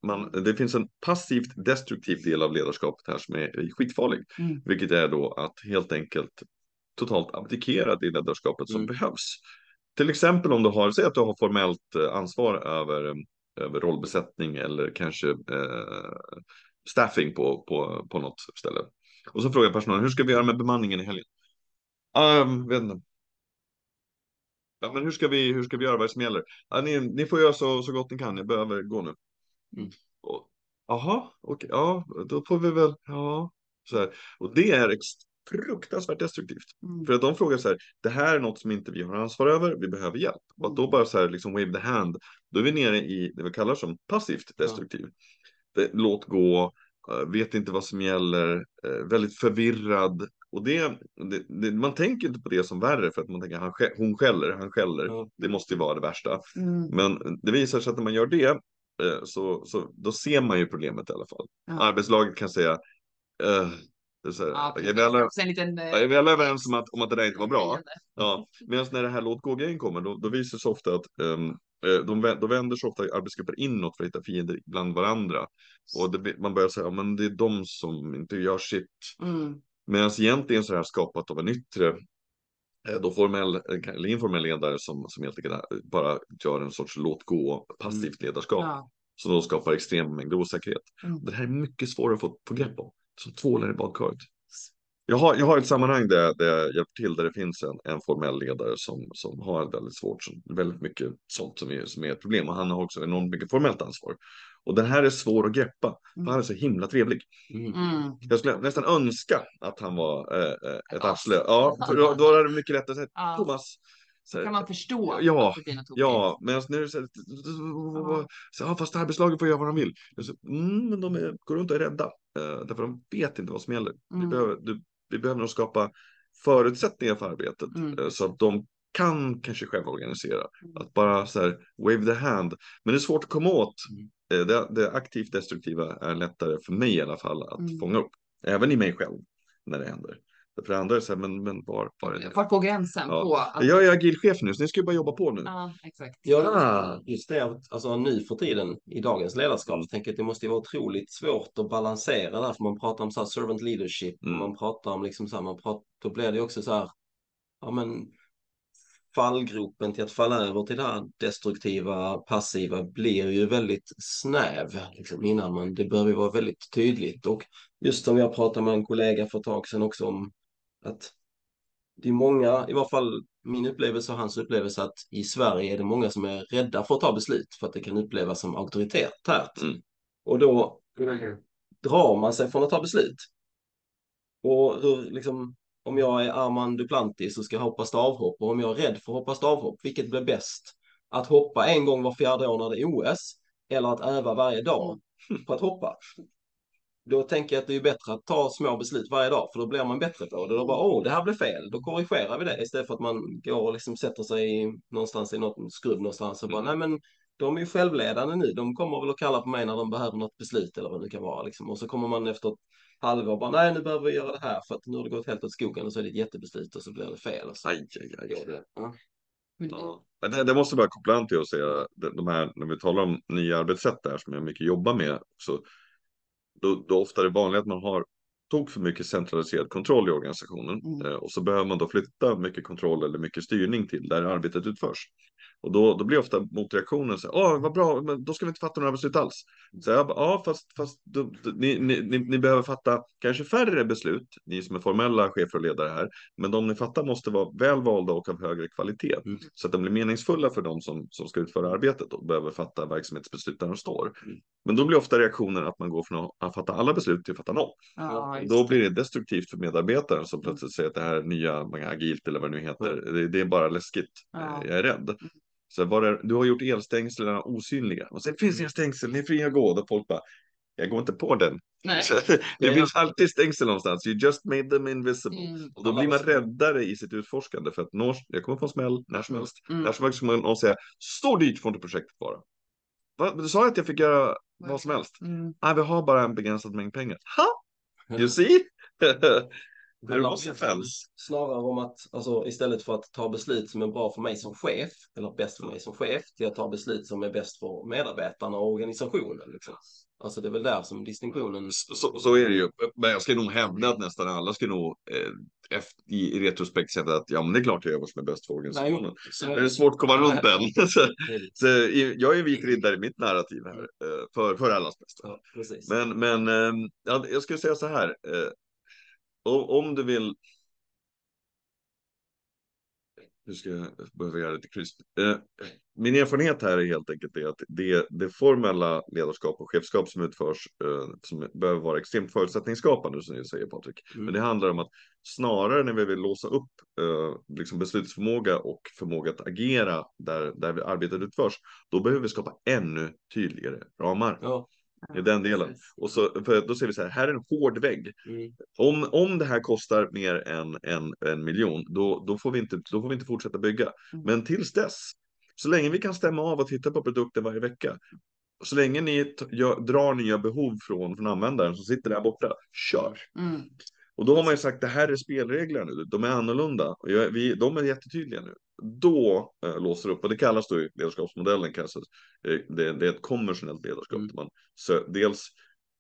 Det finns en passivt destruktiv del av ledarskapet här som är skitfarlig. Vilket är då att helt enkelt totalt abdikera det ledarskapet som behövs. Till exempel om du har, säg att du har formellt ansvar över rollbesättning eller kanske staffing på något ställe. Och så frågar personalen, hur ska vi göra med bemanningen i helgen? Vet inte. Ja, men hur ska vi göra, vad som gäller? Ni får göra så gott ni kan, jag behöver gå nu. Jaha, okej, ja, då får vi väl, ja. Så här. Och det är fruktansvärt destruktivt. För att de frågar så här, det här är något som inte vi har ansvar över, vi behöver hjälp. Och att då bara så här, liksom wave the hand, då är vi nere i det vi kallar som passivt destruktiv. Låt gå, vet inte vad som gäller, väldigt förvirrad. Och man tänker inte på det som värre för att man tänker han skäller. Det måste ju vara det värsta. Men det visar sig att när man gör det så då ser man ju problemet i alla fall. Arbetslaget kan säga är vi alla överens om att det där inte var bra? Ja. Medan när det här låt gå-grejen kommer då visar det sig ofta att då vänder sig ofta arbetsgrupper inåt för att hitta fiender bland varandra. Och man börjar säga, men det är de som inte gör sitt. Medan egentligen så här skapat av en yttre då formell eller informell ledare som helt enkelt bara gör en sorts låt gå passivt ledarskap. Som då skapar extrem mängd osäkerhet. Det här är mycket svårare att få grepp om. Som tvålar i badkaret. Jag har ett sammanhang där jag hjälper till där det finns en formell ledare som har väldigt svårt, väldigt mycket sånt som är ett problem. Och han har också enormt mycket formellt ansvar. Och den här är svår att greppa. För han är så himla trevlig. Jag skulle nästan önska att han var ett arsle. Ja, för då är det mycket lättare att säga, Thomas. Så kan man förstå. Ja, men nu är det så fast arbetslaget får göra vad de vill. Men de går runt och är rädda. Därför de vet inte vad som gäller. Vi behöver nog skapa förutsättningar för arbetet. Så att de kan kanske själva organisera. Att bara så här, wave the hand. Men det är svårt att komma åt. Det aktivt destruktiva är lättare för mig i alla fall att fånga upp. Även i mig själv när det händer. För det andra är så här, men var är det? Vart på gränsen? Ja. På att... Jag är agilchef nu, så ni ska ju bara jobba på nu. Ja, exakt. Ja, just det. Alltså nu för tiden i dagens ledarskap, jag tänker att det måste ju vara otroligt svårt att balansera där. För man pratar om så här servant leadership. Och man pratar om liksom så här, då blir det också så här, ja men fallgropen till att falla över till det här destruktiva, passiva blir ju väldigt snäv liksom, innan det bör ju vara väldigt tydligt. Och just som jag pratade med en kollega för ett tag sedan också om att det är många, i varje fall min upplevelse och hans upplevelse, att i Sverige är det många som är rädda för att ta beslut för att det kan upplevas som auktoritärt. Och då drar man sig från att ta beslut. Och hur liksom, om jag är Armand Duplantis så ska jag hoppa stavhopp, och om jag är rädd för att hoppa stavhopp, vilket blir bäst? Att hoppa en gång var 4:e år när det är OS, eller att öva varje dag på att hoppa? Då tänker jag att det är bättre att ta små beslut varje dag, för då blir man bättre på det. Då bara, det här blev fel, då korrigerar vi det, istället för att man går och liksom sätter sig någonstans i något skrubb någonstans och bara, nej men de är ju självledande nu, de kommer väl att kalla på mig när de behöver något beslut eller vad det kan vara liksom. Och så kommer man efter ett halvår och bara, nej nu behöver vi göra det här för att nu har det gått helt åt skogen, och så är det ett jättebeslut och så blir det fel. Och så. Aj. Ja. Det måste bara koppla an till att säga de här, när vi talar om nya arbetssätt där som jag mycket jobbar med, så då ofta är det vanligt att man har tog för mycket centraliserad kontroll i organisationen. Och så behöver man då flytta mycket kontroll eller mycket styrning till där arbetet utförs. Och då blir ofta motreaktionen så här, vad bra, men då ska vi inte fatta några beslut alls. Så jag fast ni behöver fatta kanske färre beslut, ni som är formella chefer och ledare här, men de ni fattar måste vara välvalda och av högre kvalitet. Så att de blir meningsfulla för de som ska utföra arbetet och behöver fatta verksamhetsbeslut där de står. Men då blir ofta reaktionen att man går från att fatta alla beslut till att fatta noll. Då blir det destruktivt för medarbetaren som plötsligt säger att det här är nya agilt eller vad det nu heter. Det är bara läskigt. Jag är rädd. Så du har gjort elstängslen osynliga. Och sen finns det stängsel, ni är fria att gå. Då folk bara, jag går inte på den. Det finns alltid stängsel någonstans. You just made them invisible. Och då blir man räddare i sitt utforskande. För att jag kommer få en smäll när som helst. När som helst kommer någon säga, så dyrt får inte projektet vara. Du sa att jag fick göra vad som helst. Nej, vi har bara en begränsad mängd pengar. Ha? You see? Det är vad som fälls. Snarare om att, alltså, istället för att ta beslut som är bra för mig som chef, eller bäst för mig som chef, till att ta beslut som är bäst för medarbetarna och organisationen. Liksom. Alltså det är väl där som distinktionen... Så är det ju. Men jag ska nog hävda att nästan alla ska nog i retrospekt säga att ja, men det är klart jag gör vad som är bäst för organisationen. Det är svårt att komma runt den. Så jag är vit riddare i mitt narrativ här, för allas bästa. Ja, precis. Men jag skulle säga så här. Om du vill... Nu ska jag behöva göra lite crisp. Min erfarenhet här är helt enkelt det att det formella ledarskap och chefskap som utförs som behöver vara extremt förutsättningsskapande, som jag säger Patrik. Men det handlar om att snarare när vi vill låsa upp liksom beslutsförmåga och förmåga att agera där arbetet utförs, då behöver vi skapa ännu tydligare ramar. Ja. I den delen. Och så, för då ser vi så här är en hård vägg. Om det här kostar mer än en miljon, då får vi inte fortsätta bygga. Men tills dess, så länge vi kan stämma av och titta på produkten varje vecka, så länge ni drar nya behov från användaren som sitter där borta, kör. Och då har man ju sagt, det här är spelreglerna nu, de är annorlunda. Och de är jättetydliga nu. Då låser upp, och det kallas då i ledarskapsmodellen, det är ett konventionellt ledarskap. Där man dels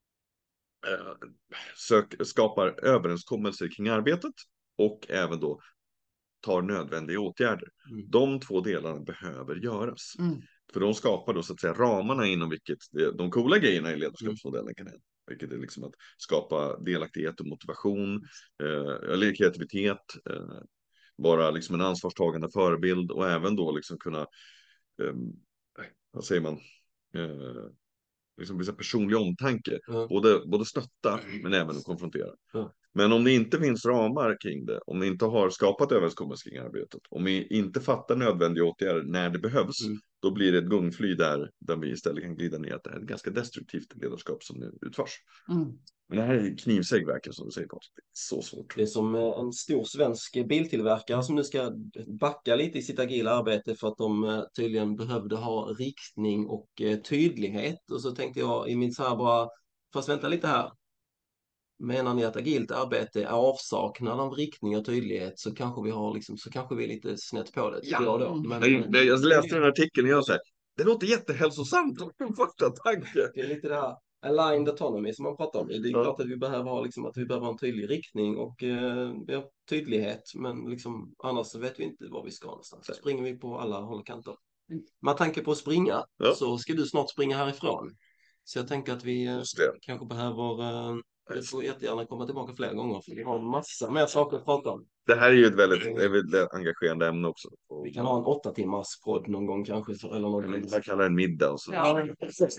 skapar överenskommelser kring arbetet och även då tar nödvändiga åtgärder. De två delarna behöver göras. För de skapar då så att säga ramarna inom vilket de coola grejerna i ledarskapsmodellen kan hända. Vilket är liksom att skapa delaktighet och motivation, eller kreativitet, vara liksom en ansvarstagande förebild och även då liksom kunna, vad säger man, liksom visa personlig omtanke, både stötta men även konfrontera. Men om det inte finns ramar kring det, om vi inte har skapat överenskommelser kring arbetet, om vi inte fattar nödvändiga åtgärder när det behövs, då blir det ett gungfly där vi istället kan glida ner att det är ett ganska destruktivt ledarskap som nu utförs. Men det här är knivsägg verkar, som du säger, Patrik. Det är så svårt. Det är som en stor svensk biltillverkare som nu ska backa lite i sitt agila arbete för att de tydligen behövde ha riktning och tydlighet. Och så tänkte jag i min så här bara, fast vänta lite här. Menar ni att agilt arbete är avsaknad av riktning och tydlighet, så kanske vi har liksom, så kanske vi är lite snett på det. Ja. Jag läste den artikeln och jag sa, det låter jättehälsosamt. Första tanke. Det är lite det här aligned autonomy som man pratar om. Det är klart att vi behöver ha liksom, att vi behöver ha en tydlig riktning och tydlighet, men liksom, annars så vet vi inte var vi ska någonstans. Så springer vi på alla håll och kanter. Med tanke på att springa så ska du snart springa härifrån. Så jag tänker att vi kanske behöver du får jättegärna komma tillbaka flera gånger, för vi har massa mer saker att prata om. Det här är ju ett väldigt engagerande ämne också. Vi kan ha en 8 timmars podd någon gång kanske. Eller något. Jag kallar det en middag. Och så. Ja.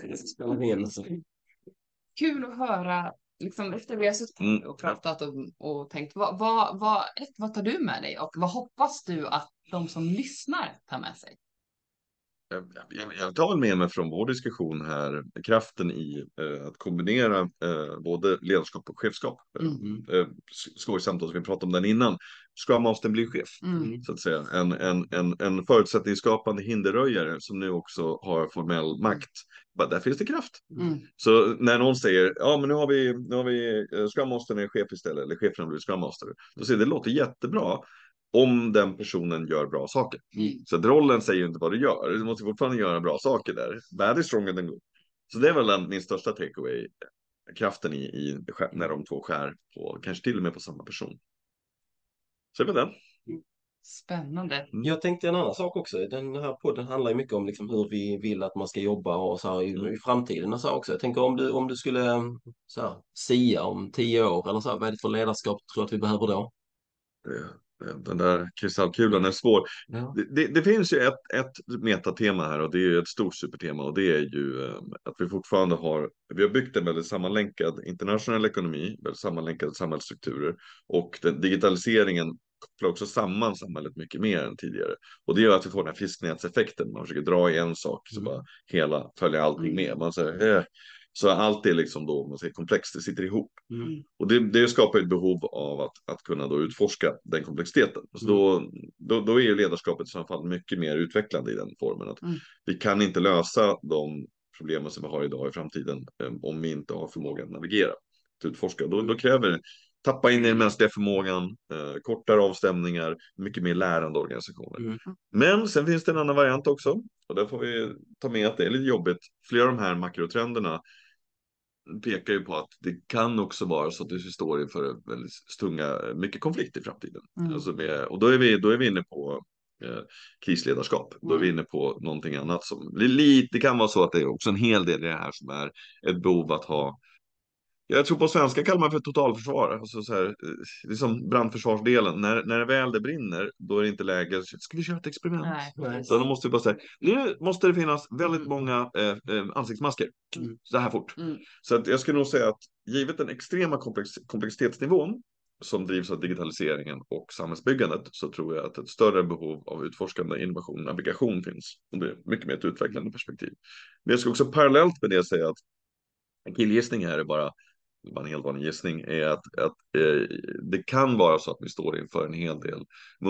Kul att höra, liksom, efter vi har suttit och pratat och tänkt, vad tar du med dig och vad hoppas du att de som lyssnar tar med sig? Jag tar med mig från vår diskussion här kraften i att kombinera både ledarskap och chefskap. Skojsamt som vi pratade om den innan. Scrum Master blir chef, så att säga. En förutsättningsskapande hinderröjare som nu också har formell makt. Där finns det kraft. Så när någon säger, ja men nu har vi Scrum Master är chef istället, eller chefen har blivit Scrum Master, då säger det låter jättebra. Om den personen gör bra saker. Så att rollen säger inte vad du gör. Du måste fortfarande göra bra saker där. Bad is stronger than good. Så det är väl min största takeaway. Kraften i när de två skär på, kanske till och med på samma person. Så det är den. Spännande. Jag tänkte en annan sak också. Den här podden handlar ju mycket om liksom hur vi vill att man ska jobba och så här i framtiden och så också. Jag tänker om du skulle så här, sia om 10 år eller så här, vad är det för ledarskap tror att vi behöver då? Den där kristallkulan är svår. Ja. Det finns ju ett metatema här, och det är ett stort supertema, och det är ju att vi fortfarande vi har byggt en väldigt sammanlänkad internationell ekonomi, väldigt sammanlänkade samhällsstrukturer, och den digitaliseringen kopplar också samman samhället mycket mer än tidigare. Och det gör att vi får den här fisknätseffekten. Man försöker dra i en sak så bara följer allting med. Man säger så allt är liksom då, man säger komplext, det sitter ihop. Och det skapar ett behov av att kunna då utforska den komplexiteten. Så då är ju ledarskapet i så fall mycket mer utvecklande i den formen. Att vi kan inte lösa de problemen som vi har idag i framtiden om vi inte har förmågan att navigera, att utforska. Då kräver tappa in i den mänskliga förmågan, kortare avstämningar, mycket mer lärande organisationer. Mm. Men sen finns det en annan variant också, och där får vi ta med att det är lite jobbigt. Flera av de här makrotrenderna pekar ju på att det kan också vara så att du står inför väldigt mycket konflikt i framtiden. Alltså och då är vi inne på krisledarskap. Då är vi inne på någonting annat som det kan vara så att det är också en hel del i det här som är ett behov att ha. Jag tror på svenska kallar man för totalförsvar. Alltså så här, det är som brandförsvarsdelen. När det väl det brinner, då är det inte läge. Ska vi köra ett experiment? Nej. Så då måste vi bara säga, nu måste det finnas väldigt många ansiktsmasker. Så här fort. Så att jag skulle nog säga att givet den extrema komplexitetsnivån som drivs av digitaliseringen och samhällsbyggandet, så tror jag att ett större behov av utforskande, innovation och navigation finns. Och det är mycket mer ett utvecklande perspektiv. Men jag ska också parallellt med det säga att en killgissning här är bara en helt vanlig gissning, är att det kan vara så att vi står inför en hel del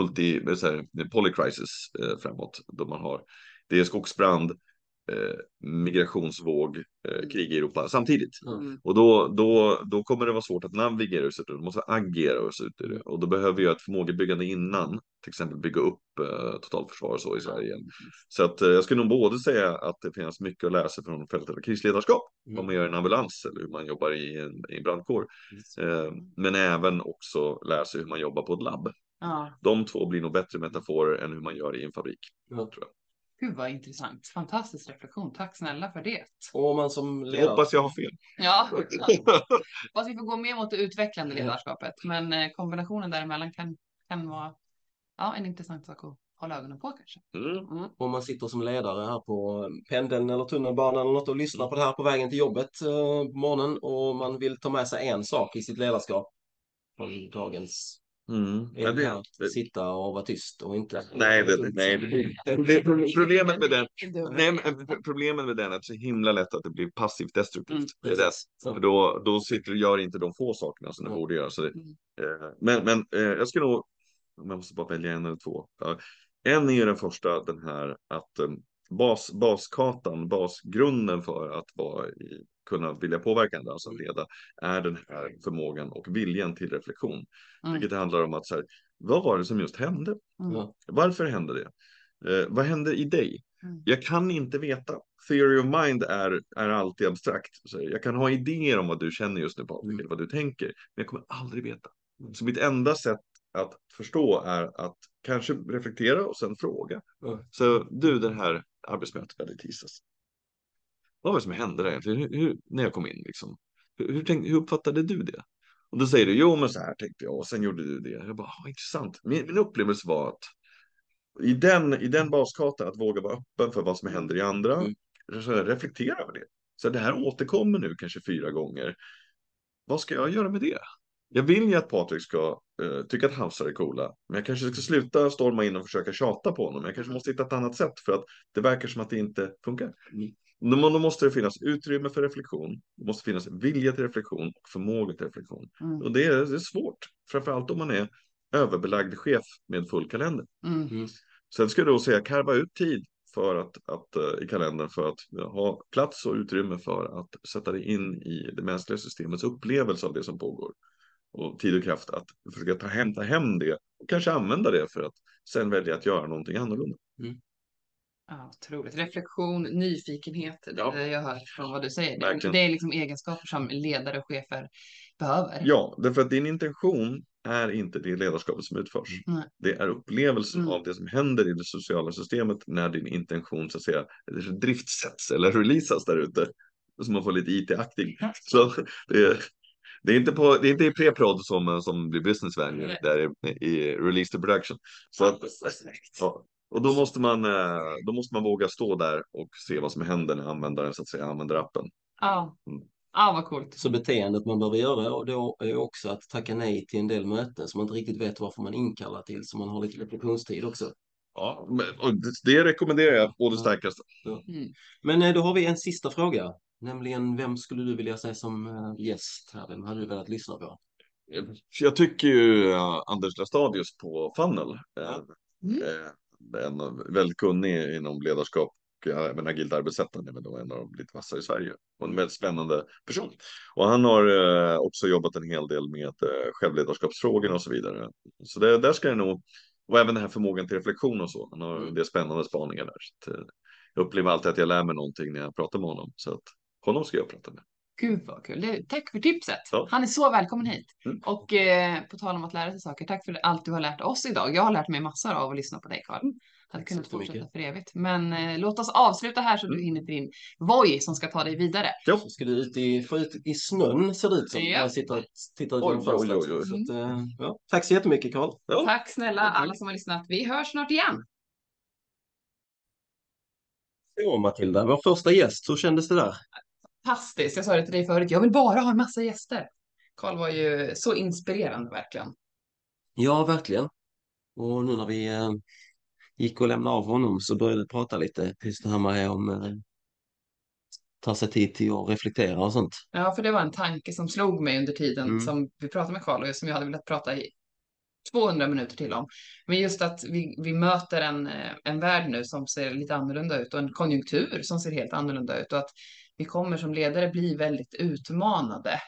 polycrisis framåt, då man har det är skogsbrand, migrationsvåg, krig i Europa samtidigt. Och då kommer det vara svårt att navigera oss ut, då måste vi agera oss ut i det. Och då behöver vi ett förmågebyggande innan, till exempel bygga upp totalförsvar och så i Sverige. Så att jag skulle nog både säga att det finns mycket att lära sig från fältet av krisledarskap, vad man gör i en ambulans eller hur man jobbar i en brandkår. Men även också lära sig hur man jobbar på ett labb. De två blir nog bättre metaforer än hur man gör i en fabrik, tror jag. Gud vad intressant. Fantastisk reflektion. Tack snälla för det. Och man som ledare... Jag hoppas jag har fel. Ja. Fast vi får gå mer mot det utvecklande ledarskapet. Men kombinationen däremellan kan vara en intressant sak att hålla ögonen på kanske. Om man sitter som ledare här på pendeln eller tunnelbanan eller något och lyssnar på det här på vägen till jobbet på morgonen, och man vill ta med sig en sak i sitt ledarskap från dagens sitta och vara tyst och inte... Problemet med den är att det är så himla lätt att det blir passivt destruktivt. Det är det. För då gör inte de få sakerna som det borde göra. Så men jag ska nog, om jag måste bara välja en eller två. En är den första, den här att basgrunden för att kunna vilja påverka andra, alltså leda, är den här förmågan och viljan till reflektion. Vilket handlar om att så här, vad var det som just hände? Varför hände det? Vad hände i dig? Jag kan inte veta. Theory of mind är alltid abstrakt. Så jag kan ha idéer om vad du känner just nu, Patrik, eller vad du tänker, men jag kommer aldrig veta. Så mitt enda sätt att förstå är att kanske reflektera och sen fråga. Så det här arbetsmötet i tisdags. Vad var det som hände där egentligen? När jag kom in liksom? Hur uppfattade du det? Och då säger du, jo men så här tänkte jag, och sen gjorde du det. Jag bara, intressant. Min upplevelse var att i den baskartan, att våga vara öppen för vad som händer i andra, reflektera över det. Så det här återkommer nu kanske 4 gånger. Vad ska jag göra med det? Jag vill ju att Patrik ska tycka att hausar är coola, men jag kanske ska sluta storma in och försöka tjata på honom. Jag kanske måste hitta ett annat sätt, för att det verkar som att det inte funkar. Då måste det finnas utrymme för reflektion. Det måste finnas vilja till reflektion och förmåga till reflektion. Och det är svårt, framförallt om man är överbelagd chef med full kalender. Sen ska jag då säga, karva ut tid för att i kalendern för att ha plats och utrymme för att sätta dig in i det mänskliga systemets upplevelse av det som pågår. Och tid och kraft att försöka ta hem det och kanske använda det för att sen välja att göra någonting annorlunda. Ja, otroligt. Reflektion, nyfikenhet, det jag hör från vad du säger. Verkligen. Det är liksom egenskaper som ledare och chefer behöver. Ja, därför att din intention är inte det ledarskapet som utförs. Det är upplevelsen av det som händer i det sociala systemet när din intention så att säga driftsätts eller releasas där ute. Så man får lite IT-aktig. Så det är inte i pre-prod som blir business value, där i release to production. Så att, och då måste man våga stå där och se vad som händer när användaren så att säga använder appen. Vad coolt. Så beteendet man behöver göra, och då är också att tacka nej till en del möten som man inte riktigt vet varför man inkallar till, så man har lite reflektionstid också. Ja, och det rekommenderar jag både starkast. Men då har vi en sista fråga. Nämligen, vem skulle du vilja säga som gäst här? Vem hade du velat lyssna på? Jag tycker ju Anders Lestadius på Funnel. En väldigt kunnig inom ledarskap. även agilt arbetssättande, men då är en av de lite vassare i Sverige. Och en väldigt spännande person. Och han har också jobbat en hel del med självledarskapsfrågor och så vidare. Så där ska det nog, och även den här förmågan till reflektion och så. Han har det spännande spaningar där. Så att, jag upplever alltid att jag lär mig någonting när jag pratar med honom. Så att honom ska jag prata med. Gud vad kul. Tack för tipset. Ja. Han är så välkommen hit. Mm. Och på tal om att lära sig saker, tack för allt du har lärt oss idag. Jag har lärt mig massor av att lyssna på dig, Carl. Hade kunnat fortsätta för evigt. Men låt oss avsluta här så du hinner till din Voi som ska ta dig vidare. Ja, ska du få ut i snön, ser det ut som. Ja. Jag tittar ut genom Oj. fönstret. Så att, ja. Tack så jättemycket, Carl. Ja. Tack snälla alla som har lyssnat. Vi hörs snart igen. Så Matilda, vår första gäst, hur kändes det där? Fantastiskt. Jag sa det till dig förut. Jag vill bara ha en massa gäster. Carl var ju så inspirerande verkligen. Ja, verkligen. Och nu när vi gick och lämnade av honom så började vi prata lite. Just det här med om ta sig tid till att reflektera och sånt. Ja, för det var en tanke som slog mig under tiden Mm. som vi pratade med Carl och som jag hade velat prata i 200 minuter till om. Men just att vi möter en värld nu som ser lite annorlunda ut och en konjunktur som ser helt annorlunda ut och att vi kommer som ledare bli väldigt utmanade.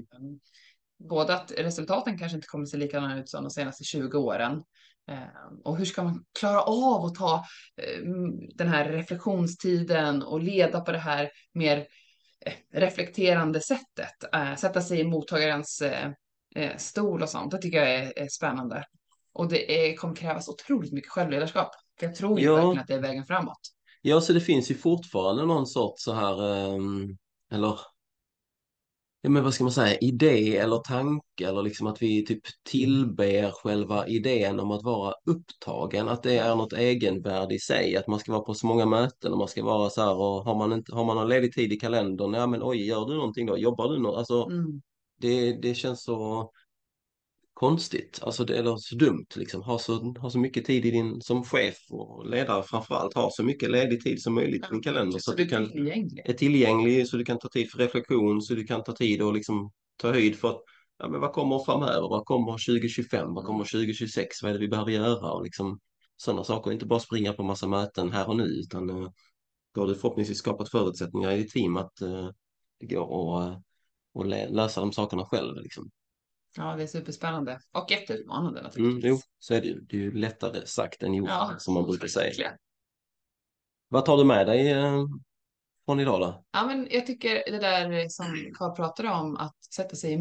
Både att resultaten kanske inte kommer se likadana ut som de senaste 20 åren. Och hur ska man klara av att ta den här reflektionstiden och leda på det här mer reflekterande sättet. Sätta sig i mottagarens stol och sånt. Det tycker jag är spännande. Och det kommer krävas otroligt mycket självledarskap. För jag tror ju verkligen att det är vägen framåt. Ja, så det finns ju fortfarande någon sorts så här, eller ja, men vad ska man säga, idé eller tanke eller liksom att vi typ tillber själva idén om att vara upptagen, att det är något egenvärde i sig, att man ska vara på så många möten och man ska vara så här och har man någon ledig tid i kalendern, ja men oj, gör du någonting då? Jobbar du något? Alltså det känns så konstigt, alltså eller så dumt liksom, ha så mycket tid i som chef och ledare framförallt, ha så mycket ledig tid som möjligt i din kalender så att du är tillgänglig, så du kan ta tid för reflektion, så du kan ta tid och liksom ta höjd för att ja, men vad kommer framöver, vad kommer 2025, vad kommer 2026, vad är det vi behöver göra och liksom sådana saker, inte bara springa på massa möten här och nu utan då har du förhoppningsvis skapat förutsättningar i ditt team att det går att lösa de sakerna själv liksom. Ja, det är superspännande. Och jätteutmanande naturligtvis. Jo, så är det ju. Det är ju lättare sagt än gjort, som man brukar säga. Verkligen. Vad tar du med dig från idag då? Ja, men jag tycker det där som Carl pratade om, att sätta sig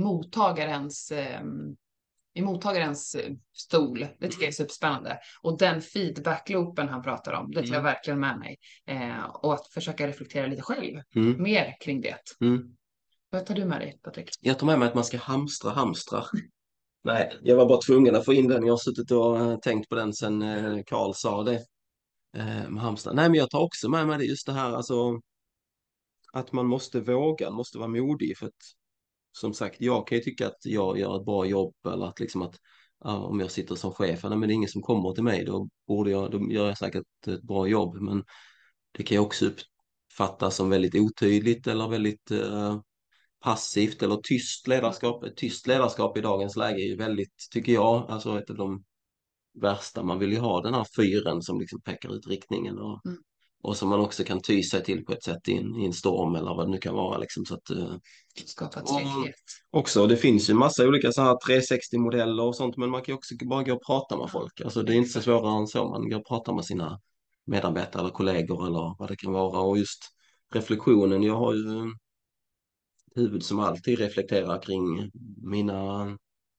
i mottagarens stol, det tycker jag är superspännande. Och den feedbackloopen han pratar om, det tar jag verkligen med mig. Och att försöka reflektera lite själv, mer kring det. Vad tar du med dig, Patrik? Jag tar med mig att man ska hamstra. Nej, jag var bara tvungen att få in den. Jag har suttit och tänkt på den sen Carl sa det. Med hamstra. Nej, men jag tar också med mig det, just det här alltså, att man måste våga, måste vara modig. För att, som sagt, jag kan ju tycka att jag gör ett bra jobb eller att liksom att om jag sitter som chef, nej, men det är ingen som kommer till mig, då gör jag säkert ett bra jobb. Men det kan jag också uppfatta som väldigt otydligt eller väldigt passivt eller tyst ledarskap. Ett tyst ledarskap i dagens läge är ju väldigt, tycker jag, alltså ett av de värsta. Man vill ju ha den här fyren som liksom pekar ut riktningen och som man också kan ty sig till på ett sätt i en storm eller vad det nu kan vara liksom, så att skapa trygghet. Också, det finns ju massa olika så här 360-modeller och sånt, men man kan ju också bara gå och prata med folk. Alltså det är inte så svårare än så. Man går och pratar med sina medarbetare eller kollegor eller vad det kan vara. Och just reflektionen, jag har ju huvud som alltid reflekterar kring mina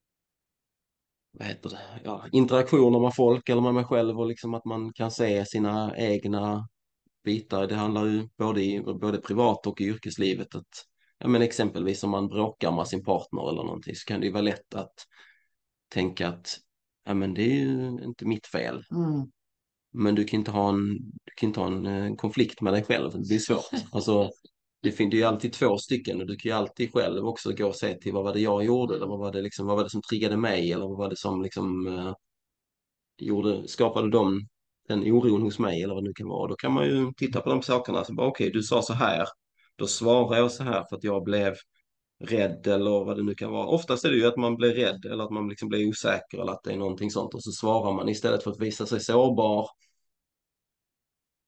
interaktioner med folk eller med mig själv och liksom att man kan se sina egna bitar. Det handlar ju både privat och i yrkeslivet att men exempelvis om man bråkar med sin partner eller någonting så kan det ju vara lätt att tänka att men det är ju inte mitt fel. Men du kan inte ha en konflikt med dig själv. Det blir svårt. Alltså, det är ju alltid två stycken och du kan ju alltid själv också gå och se till vad var det jag gjorde eller vad var det som triggade mig eller vad var det som liksom skapade den oron hos mig eller vad det nu kan vara. Då kan man ju titta på de sakerna och bara okej, du sa så här, då svarar jag så här för att jag blev rädd eller vad det nu kan vara. Oftast är det ju att man blir rädd eller att man liksom blir osäker eller att det är någonting sånt och så svarar man istället för att visa sig sårbar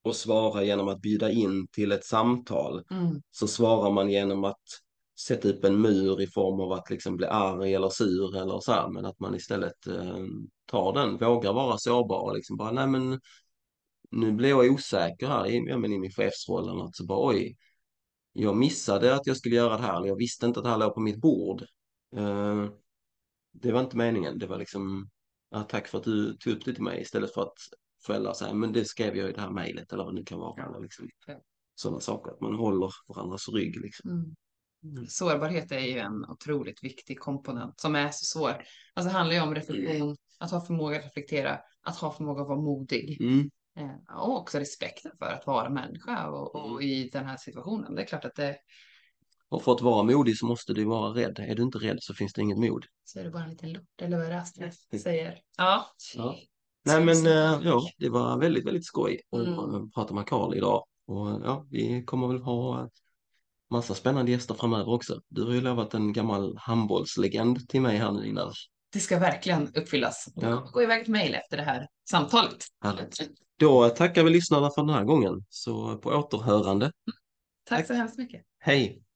att svara genom att bjuda in till ett samtal, så svarar man genom att sätta upp en mur i form av att liksom bli arg eller sur eller så här, men att man istället tar den, vågar vara sårbar och liksom bara, nej men nu blir jag osäker här i min chefsroll eller något, så bara oj, jag missade att jag skulle göra det här, eller jag visste inte att det här låg på mitt bord. Det var inte meningen, det var liksom, ja, tack för att du tog upp det till mig, istället för att skälla så här, men det skrev jag i det här mejlet eller vad det kan vara. Eller liksom, sådana saker, att man håller varandras rygg. Liksom. Sårbarhet är ju en otroligt viktig komponent som är så svår. Alltså det handlar ju om reflektion, att ha förmåga att reflektera, att ha förmåga att vara modig. Och också respekten för att vara människa och i den här situationen. Det är klart att det... Och för att vara modig så måste du vara rädd. Är du inte rädd så finns det inget mod. Så är det bara en liten lort, eller vad Rasmus säger. Ja. Nej men ja, det var väldigt, väldigt skoj att prata med Carl idag. Och ja, vi kommer väl ha massa spännande gäster framöver också. Du har ju lovat en gammal handbollslegend till mig här nu innan. Det ska verkligen uppfyllas. Ja. Gå iväg ett mejl efter det här samtalet. Härligt. Då tackar vi lyssnarna för den här gången. Så på återhörande. Tack så hemskt mycket. Hej!